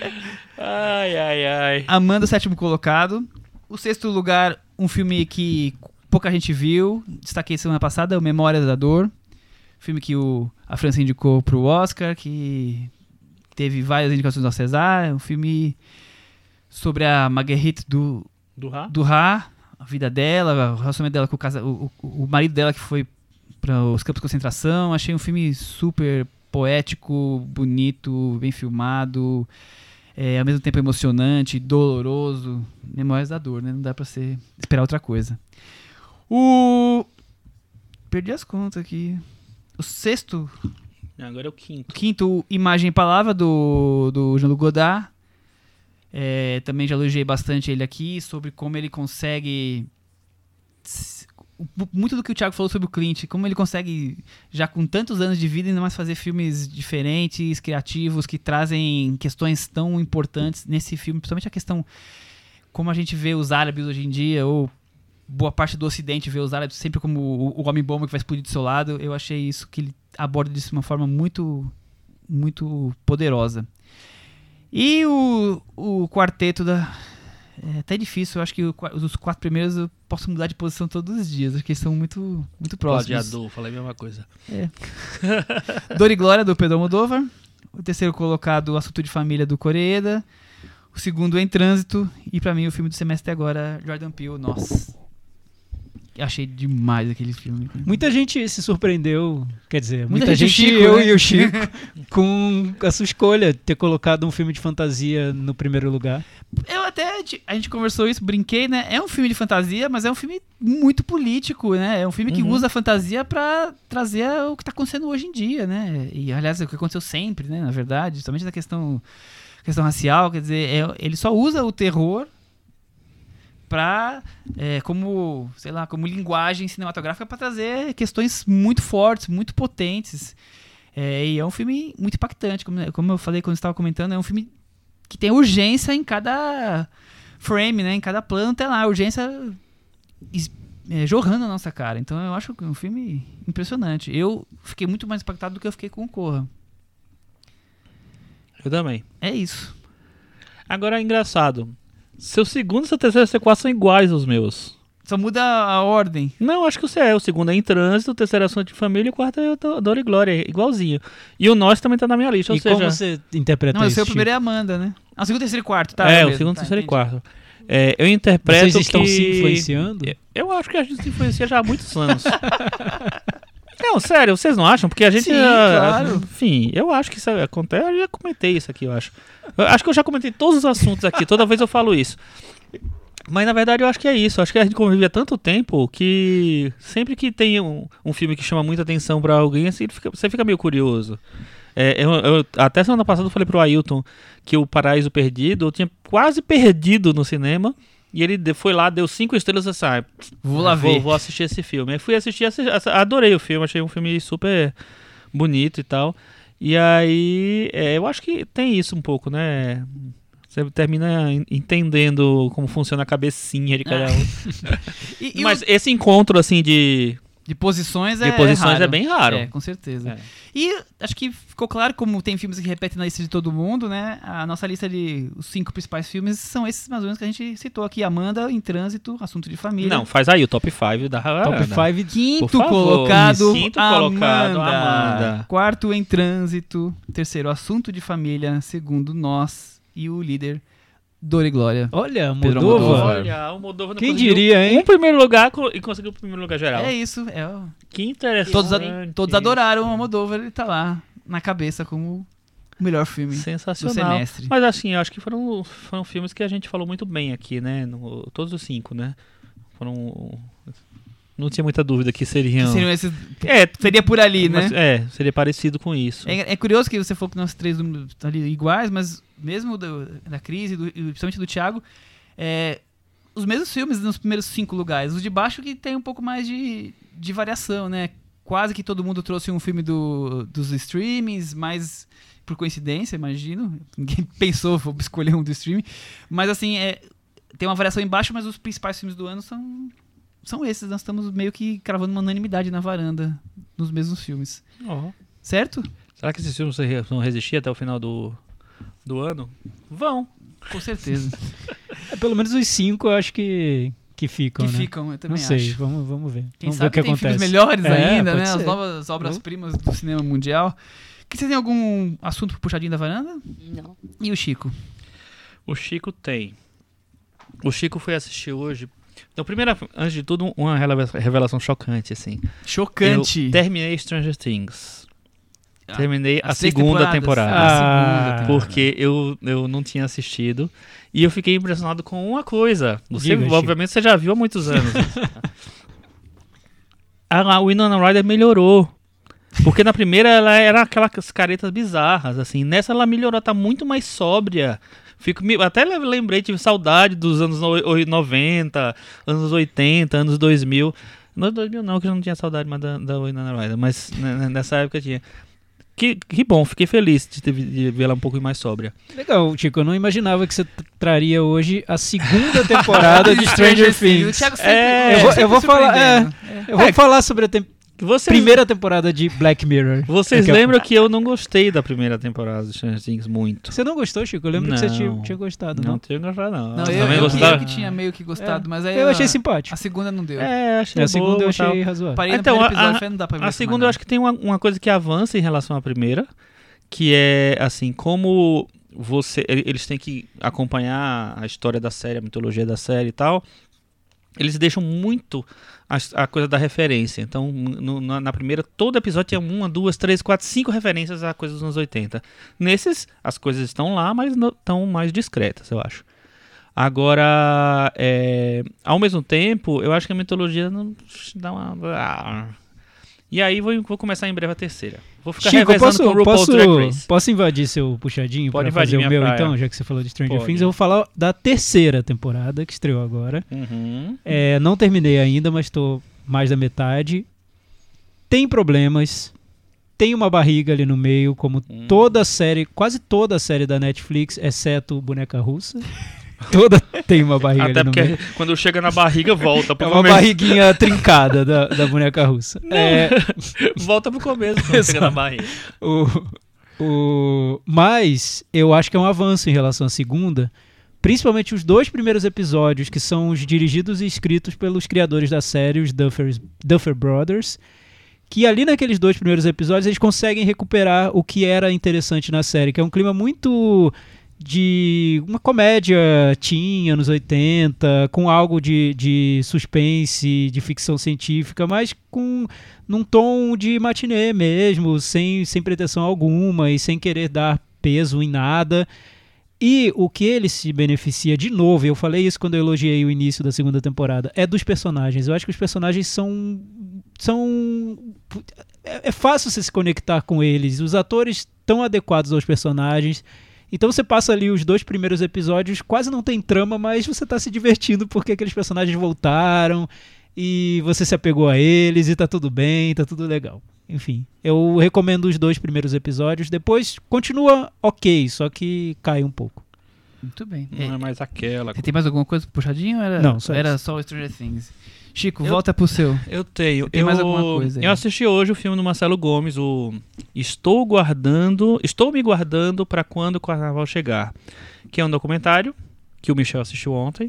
Ai, ai, ai. Amanda, o sétimo colocado. O sexto lugar, um filme que pouca gente viu. Destaquei semana passada, o Memórias da Dor. Filme que o, a França indicou pro Oscar, que teve várias indicações ao César. Um filme sobre a Marguerite do, Do Rá? do Rá, a vida dela, o relacionamento dela com o, casa, o, o, o marido dela que foi para os campos de concentração. Achei um filme super poético, bonito, bem filmado, é, ao mesmo tempo emocionante, doloroso. Memórias da Dor, né? Não dá pra ser, esperar outra coisa. O... Perdi as contas aqui. O sexto, Agora é o quinto. o quinto, Imagem e Palavra, do, do Jean-Luc Godard. É, também já elogiei bastante ele aqui, sobre como ele consegue... Muito do que o Thiago falou sobre o Clint, como ele consegue, já com tantos anos de vida, ainda mais fazer filmes diferentes, criativos, que trazem questões tão importantes nesse filme, principalmente a questão como a gente vê os árabes hoje em dia, ou boa parte do ocidente vê os árabes sempre como o, o homem-bomba que vai explodir do seu lado. Eu achei isso que ele aborda disso de uma forma muito, muito poderosa. E o, o quarteto da... É até difícil, eu acho que o, os quatro primeiros eu posso mudar de posição todos os dias, acho que eles são muito, muito próximos. Gladiador, falei a mesma coisa. Dor e Glória, do Pedro Almodóvar. O terceiro colocado, Assunto de Família, do Koreeda. O segundo, Em Trânsito. E pra mim, o filme do semestre agora, Jordan Peele. Nossa, achei demais aquele filme. Muita gente se surpreendeu, quer dizer, muita, Muita gente, gente, Chico, eu né? e o Chico, com a sua escolha, ter colocado um filme de fantasia no primeiro lugar. Eu até, a gente conversou isso, brinquei, né? É um filme de fantasia, mas é um filme muito político, né? É um filme que Uhum. usa a fantasia pra trazer o que tá acontecendo hoje em dia, né? E, aliás, é o que aconteceu sempre, né? Na verdade, somente da questão, questão racial, quer dizer, é- ele só usa o terror pra, é, como, sei lá, como linguagem cinematográfica pra trazer questões muito fortes, muito potentes. É, e é um filme muito impactante, como, como eu falei quando eu estava comentando, é um filme que tem urgência em cada frame, né? Em cada plano tem lá, urgência es- é, jorrando na nossa cara. Então eu acho que é um filme impressionante. Eu fiquei muito mais impactado do que eu fiquei com o Corra. Eu também. É isso. Agora é engraçado. Seu segundo e seu terceiro e seu quarto são iguais aos meus. Só muda a ordem. Não, acho que o seu é. O segundo é Em Trânsito, o terceiro é Assunto de Família e o quarto é o Do- Dor e Glória. É igualzinho. E o nosso também tá na minha lista. Ou e seja, como você interpreta Não, o isso, seu Chico? primeiro é Amanda, né? Ah, o segundo, terceiro e quarto, tá? é, beleza. o segundo, Tá, terceiro e entendi. quarto. É, eu interpreto Vocês estão que... se influenciando? Eu acho que a gente se influencia já há muitos anos. Não, sério, vocês não acham? Porque a gente... Sim, ah, claro. Enfim, eu acho que isso acontece. Eu já comentei isso aqui, eu acho. Eu acho que eu já comentei todos os assuntos aqui. Toda vez eu falo isso. Mas na verdade eu acho que é isso. Eu acho que a gente convive há tanto tempo que sempre que tem um, um filme que chama muita atenção pra alguém, assim, fica- você fica meio curioso. É, eu, eu- até semana passada eu falei pro Ailton que o Paraíso Perdido eu tinha quase perdido no cinema. E ele de- foi lá, deu cinco estrelas e disse, ah, Vou lá vou, ver. vou assistir esse filme. Aí fui assistir, assi- assi- adorei o filme, achei um filme super bonito e tal. E aí, é, eu acho que tem isso um pouco, né? Você termina entendendo como funciona a cabecinha de cada um. E, e Mas o- esse encontro, assim, de, de posições de é posições raro. é bem raro. É, com certeza. É. E acho que ficou claro, como tem filmes que repetem na lista de todo mundo, né? A nossa lista de os cinco principais filmes são esses mais ou menos que a gente citou aqui. Amanda, Em Trânsito, Assunto de Família. Não, faz aí o top cinco da Top cinco. Quinto Por favor. colocado, Quinto colocado, Amanda. Amanda. Quarto, Em Trânsito. Terceiro, Assunto de Família. Segundo, Nós. E o líder, Dor e Glória. Olha, Pedro Moldova. Almodóvar. Olha, o Moldova não Quem conseguiu diria, hein? um primeiro lugar co- e conseguiu o primeiro lugar geral. É isso. É, o- Que interessante. todos, a- todos adoraram o Almodóvar. Ele tá lá na cabeça como o melhor filme do Sensacional. semestre. Mas assim, eu acho que foram, foram filmes que a gente falou muito bem aqui, né? No- todos os cinco, né? Foram... Não tinha muita dúvida que seriam... Que seriam esses, É, seria por ali, né? mas, é, seria parecido com isso. É, é curioso que você falou que nós três números estão ali iguais, mas mesmo do- da crise, do, e principalmente do Thiago, é, os mesmos filmes nos primeiros cinco lugares. Os de baixo que tem um pouco mais de, de variação, né? Quase que todo mundo trouxe um filme do, dos streamings, mas por coincidência, imagino. Ninguém pensou, vou escolher um do streaming. Mas assim, é, tem uma variação embaixo, mas os principais filmes do ano são, são esses. Nós estamos meio que cravando uma unanimidade na varanda nos mesmos filmes. Ó. Certo? Será que esses filmes vão resistir até o final do, do ano? Vão. Com certeza. É, pelo menos os cinco eu acho que, que ficam, Que né? ficam, eu também Não sei, acho. vamos, vamos ver. Quem vamos sabe ver o que tem acontece. filmes melhores É, ainda, pode né? As ser. novas obras-primas do cinema mundial. Que você tem algum assunto puxadinho da varanda? Não. E o Chico? O Chico tem. O Chico foi assistir hoje. Então, primeiro, antes de tudo, uma revela- revelação chocante, assim. Chocante. Eu terminei Stranger Things. Ah, Terminei a as três segunda temporadas. temporada. Ah, a segunda Ah, temporada. Porque eu, eu não tinha assistido. E eu fiquei impressionado com uma coisa. Você, Diga, Chico. obviamente, você já viu há muitos anos. a Winona Ryder melhorou. Porque na primeira ela era aquelas caretas bizarras, assim. Nessa ela melhorou, tá muito mais sóbria. Fico, me- até le- lembrei, tive saudade dos anos no- oi- noventa, anos oitenta, anos dois mil. No dois mil não, que eu não tinha saudade mais da, da Winona Ryder, mas né, nessa época tinha. Que, que bom, fiquei feliz de, ter, de vê-la um pouco mais sóbria. Legal, Chico, eu não imaginava que você t- traria hoje a segunda temporada de Stranger O Things. Thiago sempre, É, eu vou- sempre eu vou falar- surpreendendo. Eu vou falar sobre a tem- Vocês, primeira temporada de Black Mirror. vocês Daqui a lembram que eu não gostei da primeira temporada de Stranger Things muito. Você não gostou, Chico? Eu lembro que você Não. tinha, tinha gostado, Não não? tinha gostado, não. Não, Também eu, eu, que, gostava? eu que tinha meio que gostado, É. mas aí Eu a- achei simpático. a segunda não deu. É, achei A segunda boa, eu tal. achei razoável. Parei Então, no primeiro a- episódio, a- falei, não dá pra ver A mais segunda eu nada. acho que tem uma, uma coisa que avança em relação à primeira, que é assim, como você ele- eles têm que acompanhar a história da série, a mitologia da série e tal, eles deixam muito a, a coisa da referência. Então, no- na, na primeira, todo episódio tinha uma, duas, três, quatro, cinco referências a coisas dos anos oitenta. Nesses, as coisas estão lá, mas estão mais discretas, eu acho. Agora, é, ao mesmo tempo, eu acho que a mitologia não dá uma... ah. E aí vou, vou começar em breve a terceira. Vou ficar Chico, revezando posso, com o RuPaul's posso, Drag Race. posso invadir seu puxadinho Pode para fazer invadir o minha meu, praia. então, já que você falou de Stranger Pode. Things? Eu vou falar da terceira temporada, que estreou agora. Uhum. É, não terminei ainda, mas estou mais da metade. Tem problemas. Tem uma barriga ali no meio, como Hum. toda a série, quase toda a série da Netflix, exceto Boneca Russa. Toda tem uma barriga Até ali no porque meio. quando chega na barriga, volta pro É uma começo. barriguinha trincada da, da Boneca Russa. É, Volta pro começo quando chega na barriga. O, o, mas eu acho que é um avanço em relação à segunda, principalmente os dois primeiros episódios, que são os dirigidos e escritos pelos criadores da série, os Duffer, Duffer Brothers, que ali naqueles dois primeiros episódios eles conseguem recuperar o que era interessante na série, que é um clima muito de uma comédia teen, anos oitenta, com algo de, de suspense, de ficção científica, mas com num tom de matinê mesmo, sem, sem pretensão alguma e sem querer dar peso em nada. E o que ele se beneficia, de novo, eu falei isso quando eu elogiei o início da segunda temporada, é dos personagens. Eu acho que os personagens são... são é, é fácil você se conectar com eles. Os atores estão adequados aos personagens. Então você passa ali os dois primeiros episódios, quase não tem trama, mas você tá se divertindo porque aqueles personagens voltaram e você se apegou a eles e tá tudo bem, tá tudo legal. enfim, eu recomendo os dois primeiros episódios. Depois continua ok, só que cai um pouco. Muito bem. Não é mais aquela. Você tem mais alguma coisa puxadinho? Ou era, Não, só era isso. só o Stranger Things. Chico, Eu- volta pro seu. Eu tenho. Você tem eu, mais alguma coisa aí? Eu assisti hoje o filme do Marcelo Gomes, o Estou Guardando, Estou Me Guardando para Quando o Carnaval Chegar, que é um documentário que o Michel assistiu ontem,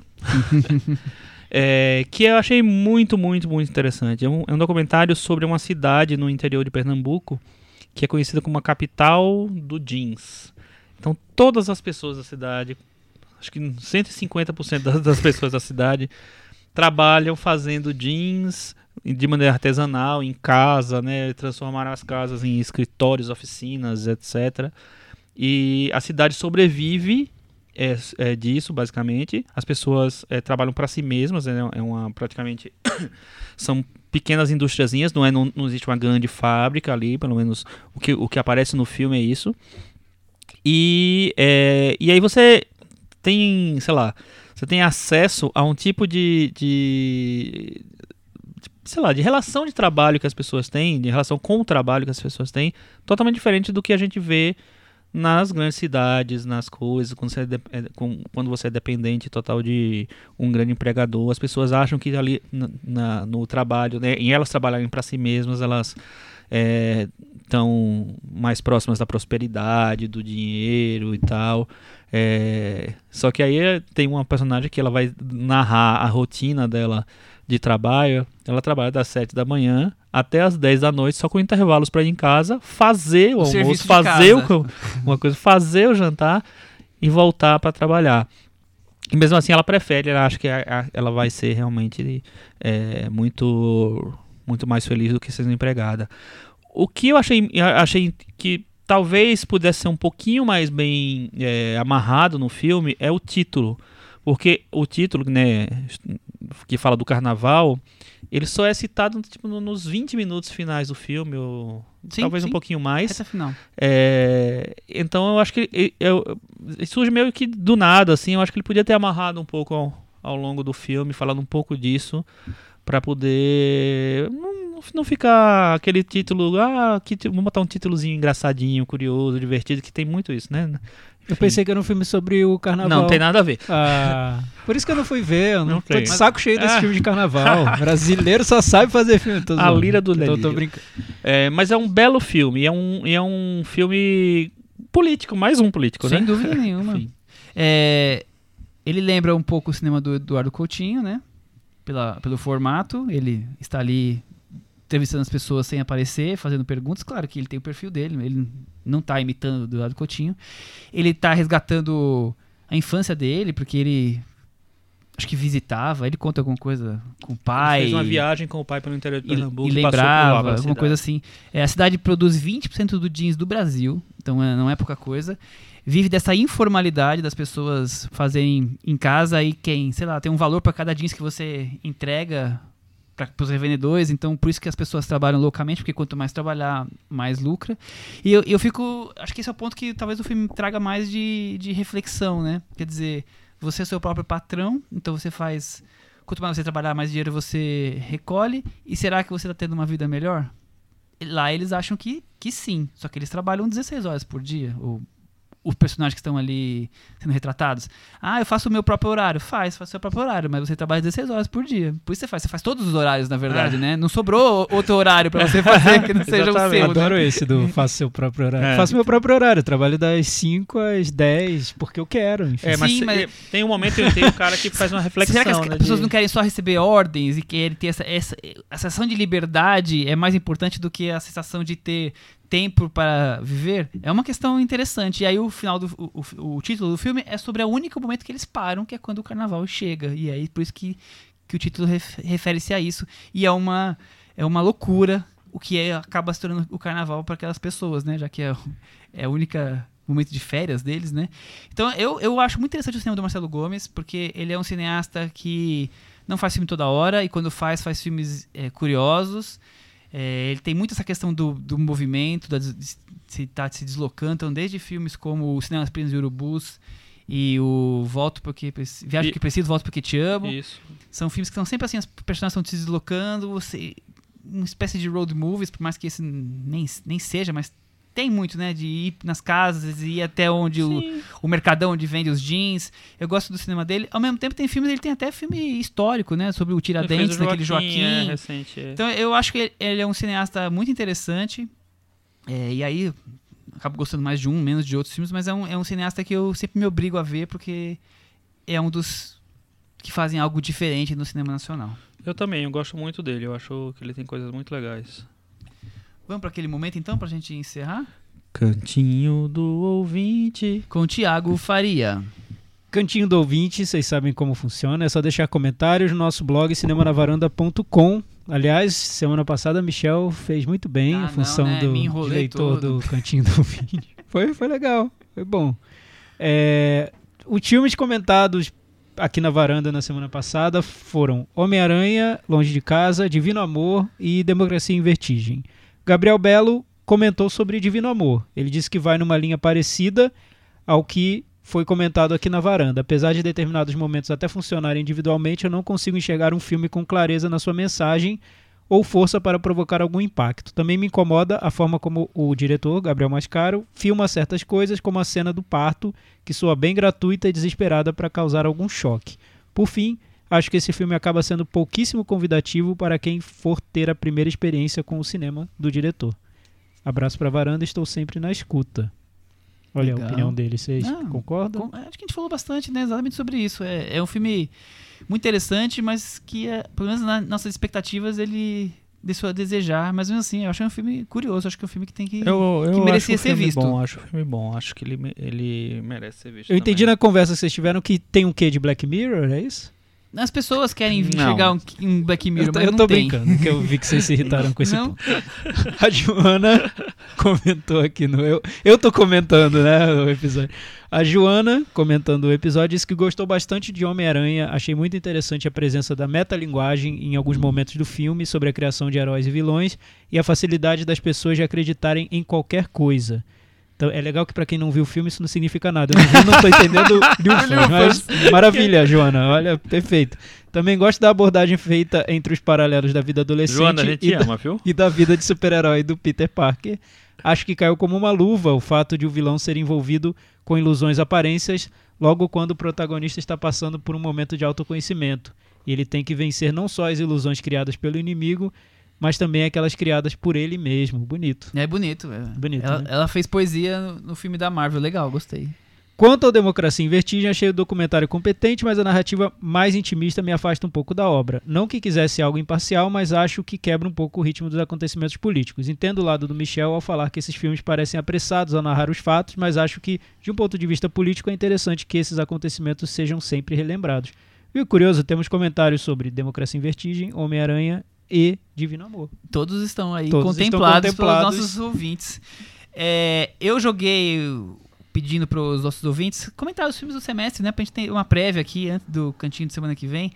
é, que eu achei muito, muito, muito interessante. É um, é um documentário sobre uma cidade no interior de Pernambuco que é conhecida como a capital do jeans. Então todas as pessoas da cidade, acho que cento e cinquenta por cento das, das pessoas da cidade trabalham fazendo jeans de maneira artesanal, em casa, né? Transformaram as casas em escritórios, oficinas, etcétera. E a cidade sobrevive é, é disso, basicamente. As pessoas é, trabalham para si mesmas, né? É uma, praticamente são pequenas industriazinhas, não, é, não, não existe uma grande fábrica ali, pelo menos o que, o que aparece no filme é isso. E, é, e aí você tem, sei lá, você tem acesso a um tipo de, de, de, sei lá, de relação de trabalho que as pessoas têm, de relação com o trabalho que as pessoas têm, totalmente diferente do que a gente vê nas grandes cidades, nas coisas, quando você é, de, é, com, quando você é dependente total de um grande empregador. As pessoas acham que ali na, na, no trabalho, né, em elas trabalharem para si mesmas, elas estão é, mais próximas da prosperidade, do dinheiro e tal. É, só que aí tem uma personagem que ela vai narrar a rotina dela de trabalho. Ela trabalha das sete da manhã até as dez da noite, só com intervalos para ir em casa, fazer o, o almoço, fazer o, uma coisa, fazer o jantar e voltar para trabalhar. E mesmo assim ela prefere, ela acha que a, a, ela vai ser realmente é, muito, muito mais feliz do que sendo empregada. O que eu achei, achei que talvez pudesse ser um pouquinho mais bem é, amarrado no filme é o título. Porque o título, né, que fala do carnaval, ele só é citado tipo, nos vinte minutos finais do filme, ou sim, talvez sim. um pouquinho mais. Essa final. É, então eu acho que ele, eu, ele surge meio que do nada, assim. Eu acho que ele podia ter amarrado um pouco ao, ao longo do filme, falando um pouco disso, para poder não, não ficar aquele título, ah, que, vamos botar um títulozinho engraçadinho, curioso, divertido, que tem muito isso, né? Eu pensei que era um filme sobre o carnaval. Não, não tem nada a ver. Ah, por isso que eu não fui ver. Eu não, não tô de saco cheio desse ah. filme de carnaval. Brasileiro só sabe fazer filme. Tô a Lira do Delírio. Tô, tô brincando. É, mas é um belo filme. É um, é um filme político, mais um político, Sem né? Sem dúvida nenhuma. É, ele lembra um pouco o cinema do Eduardo Coutinho, né? Pela, pelo formato. Ele está ali entrevistando as pessoas sem aparecer, fazendo perguntas. Claro que ele tem o perfil dele, ele não está imitando o Eduardo Coutinho. Ele está resgatando a infância dele, porque ele acho que visitava, ele conta alguma coisa com o pai. Ele fez uma viagem com o pai pelo interior de Pernambuco. E, e lembrava, lá, alguma coisa assim. É, a cidade produz vinte por cento do jeans do Brasil, então é, não é pouca coisa. Vive dessa informalidade das pessoas fazerem em casa e quem, sei lá, tem um valor para cada jeans que você entrega para os revendedores, então por isso que as pessoas trabalham loucamente, porque quanto mais trabalhar, mais lucra. E eu, eu fico, acho que esse é o ponto que talvez o filme traga mais de, de reflexão, né? Quer dizer, você é o seu próprio patrão, então você faz, quanto mais você trabalhar, mais dinheiro você recolhe, e será que você está tendo uma vida melhor? Lá eles acham que, que sim, só que eles trabalham dezesseis horas por dia, ou os personagens que estão ali sendo retratados. Ah, eu faço o meu próprio horário. Faz, faz o seu próprio horário, mas você trabalha dezesseis horas por dia. Por isso você faz. Você faz todos os horários, na verdade, é. né? Não sobrou outro horário pra você fazer que não seja o seu. Eu adoro né? esse do faço seu próprio horário. É. Faço meu próprio horário. Trabalho das cinco às dez, porque eu quero. Enfim. É, mas, Sim, mas tem um momento que tem um cara que faz uma reflexão. Será que as né, pessoas de... não querem só receber ordens e querem ter essa, essa... A sensação de liberdade é mais importante do que a sensação de ter tempo para viver? É uma questão interessante. E aí o final do o, o, o título do filme é sobre o único momento que eles param, que é quando o carnaval chega. E aí por isso que, que o título ref, refere-se a isso. E é uma, é uma loucura o que é, acaba se tornando o carnaval para aquelas pessoas, né? Já que é, é o único momento de férias deles, né? Então eu, eu acho muito interessante o cinema do Marcelo Gomes, porque ele é um cineasta que não faz filme toda hora, e quando faz, faz filmes é, curiosos. É, ele tem muito essa questão do, do movimento, da, de se estar tá se deslocando, então desde filmes como o Cinema das Primas e Urubus e o Volto porque Viagem porque Preciso, Volto porque Te Amo. Isso. São filmes que estão sempre assim, as personagens estão se deslocando, você uma espécie de road movies, por mais que esse nem, nem seja, mas tem muito, né? De ir nas casas e ir até onde o, o mercadão onde vende os jeans. Eu gosto do cinema dele. Ao mesmo tempo tem filmes, ele tem até filme histórico, né? Sobre o Tiradentes, daquele Joaquim. Joaquim. É, recente, é. Então eu acho que ele, ele é um cineasta muito interessante. É, e aí, acabo gostando mais de um, menos de outros filmes, mas é um, é um cineasta que eu sempre me obrigo a ver, porque é um dos que fazem algo diferente no cinema nacional. Eu também, eu gosto muito dele. Eu acho que ele tem coisas muito legais. Vamos para aquele momento então, pra gente encerrar? Cantinho do ouvinte. Com o Thiago Faria. Cantinho do ouvinte, vocês sabem como funciona, é só deixar comentários no nosso blog cinema na varanda ponto com. Aliás, semana passada a Michel fez muito bem ah, a função não, né? do Me de leitor todo. do Cantinho do ouvinte. Foi, foi legal, foi bom. É, os filmes comentados aqui na varanda na semana passada foram Homem-Aranha, Longe de Casa, Divino Amor e Democracia em Vertigem. Gabriel Belo comentou sobre Divino Amor. Ele disse que vai numa linha parecida ao que foi comentado aqui na varanda. Apesar de determinados momentos até funcionarem individualmente, eu não consigo enxergar um filme com clareza na sua mensagem ou força para provocar algum impacto. Também me incomoda a forma como o diretor, Gabriel Mascaro, filma certas coisas, como a cena do parto, que soa bem gratuita e desesperada para causar algum choque. Por fim, acho que esse filme acaba sendo pouquíssimo convidativo para quem for ter a primeira experiência com o cinema do diretor. Abraço para a varanda, estou sempre na escuta. Olha Legal. A opinião dele, vocês Não, concordam? Com, acho que a gente falou bastante, né, exatamente sobre isso. É, é um filme muito interessante, mas que, é, pelo menos nas nossas expectativas, ele deixou a desejar. Mas mesmo assim, eu acho que é um filme curioso. Acho que é um filme que tem que, eu, eu que merecia acho ser visto. Bom, acho o filme bom. Acho que ele, ele merece ser visto. Eu entendi também. Na conversa que vocês tiveram que tem um quê de Black Mirror, é isso? As pessoas querem enxergar um, um Black Mirror, eu tô, mas eu não tô tem. brincando, que eu vi que vocês se irritaram com esse não. ponto. A Joana comentou aqui no... Eu, eu tô comentando, né, o episódio. A Joana, comentando o episódio, disse que gostou bastante de Homem-Aranha. Achei muito interessante a presença da metalinguagem em alguns momentos do filme sobre a criação de heróis e vilões e a facilidade das pessoas de acreditarem em qualquer coisa. Então, é legal que pra quem não viu o filme isso não significa nada. Eu não, vi, não tô entendendo de um filme, mas maravilha, Joana. Olha, perfeito. Também gosto da abordagem feita entre os paralelos da vida adolescente Joana, a gente e, ama, da, viu? e da vida de super-herói do Peter Parker. Acho que caiu como uma luva o fato de o vilão ser envolvido com ilusões aparências logo quando o protagonista está passando por um momento de autoconhecimento. E ele tem que vencer não só as ilusões criadas pelo inimigo, mas também aquelas criadas por ele mesmo. Bonito. É bonito. É. Bonito, ela, né? ela fez poesia no, no filme da Marvel. Legal, gostei. Quanto ao Democracia em Vertigem, achei o documentário competente, mas a narrativa mais intimista me afasta um pouco da obra. Não que quisesse algo imparcial, mas acho que quebra um pouco o ritmo dos acontecimentos políticos. Entendo o lado do Michel ao falar que esses filmes parecem apressados ao narrar os fatos, mas acho que, de um ponto de vista político, é interessante que esses acontecimentos sejam sempre relembrados. E curioso, temos comentários sobre Democracia em Vertigem, Homem-Aranha e Divino Amor. Todos estão aí Todos contemplados, estão contemplados pelos nossos ouvintes. É, eu joguei pedindo para os nossos ouvintes comentar os filmes do semestre, né? Pra gente ter uma prévia aqui antes do cantinho de semana que vem.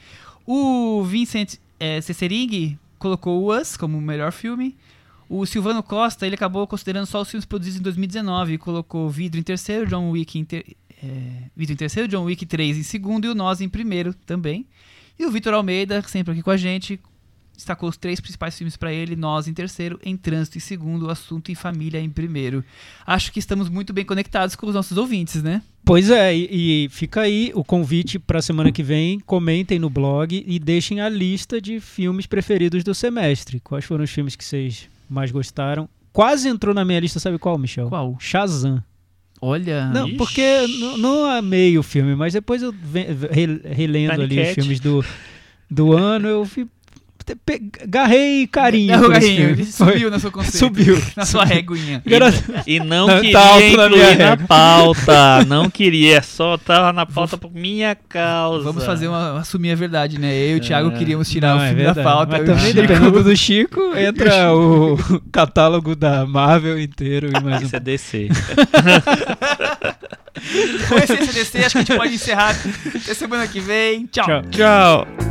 O Vincent é, Cessering colocou o Us como o melhor filme. O Silvano Costa, ele acabou considerando só os filmes produzidos em dois mil e dezenove e colocou Vidro em terceiro, John Wick em, ter, é, Vidro em terceiro, John Wick três em segundo e o Nós em primeiro também. E o Vitor Almeida, sempre aqui com a gente, destacou os três principais filmes para ele, Nós em terceiro, Em Trânsito em segundo, O Assunto em Família em primeiro. Acho que estamos muito bem conectados com os nossos ouvintes, né? Pois é, e, e fica aí o convite para a semana que vem, comentem no blog e deixem a lista de filmes preferidos do semestre. Quais foram os filmes que vocês mais gostaram? Quase entrou na minha lista, sabe qual, Michel? Qual? Shazam. Olha... Não, Ixi. porque não, não amei o filme, mas depois eu ve, re, relendo Tiny ali Cat. os filmes do, do ano, eu fui... Garrei carinho. Não, por esse Garrinho, filme. subiu Foi. na sua conceito. Subiu. Na sua réguinha. E não, Não, queria tá alto na minha incluir na, régua. pauta. Não queria, só tava na pauta por minha causa. Vamos fazer uma, assumir a verdade, né? Eu e o Thiago queríamos tirar Não, o é filme verdade. da pauta. Mas eu e o também, Chico- dependendo do Chico, entra o catálogo da Marvel inteiro e mais um Isso é D C. Com esse C D C, acho que a gente pode encerrar até semana que vem. Tchau. Tchau. Tchau.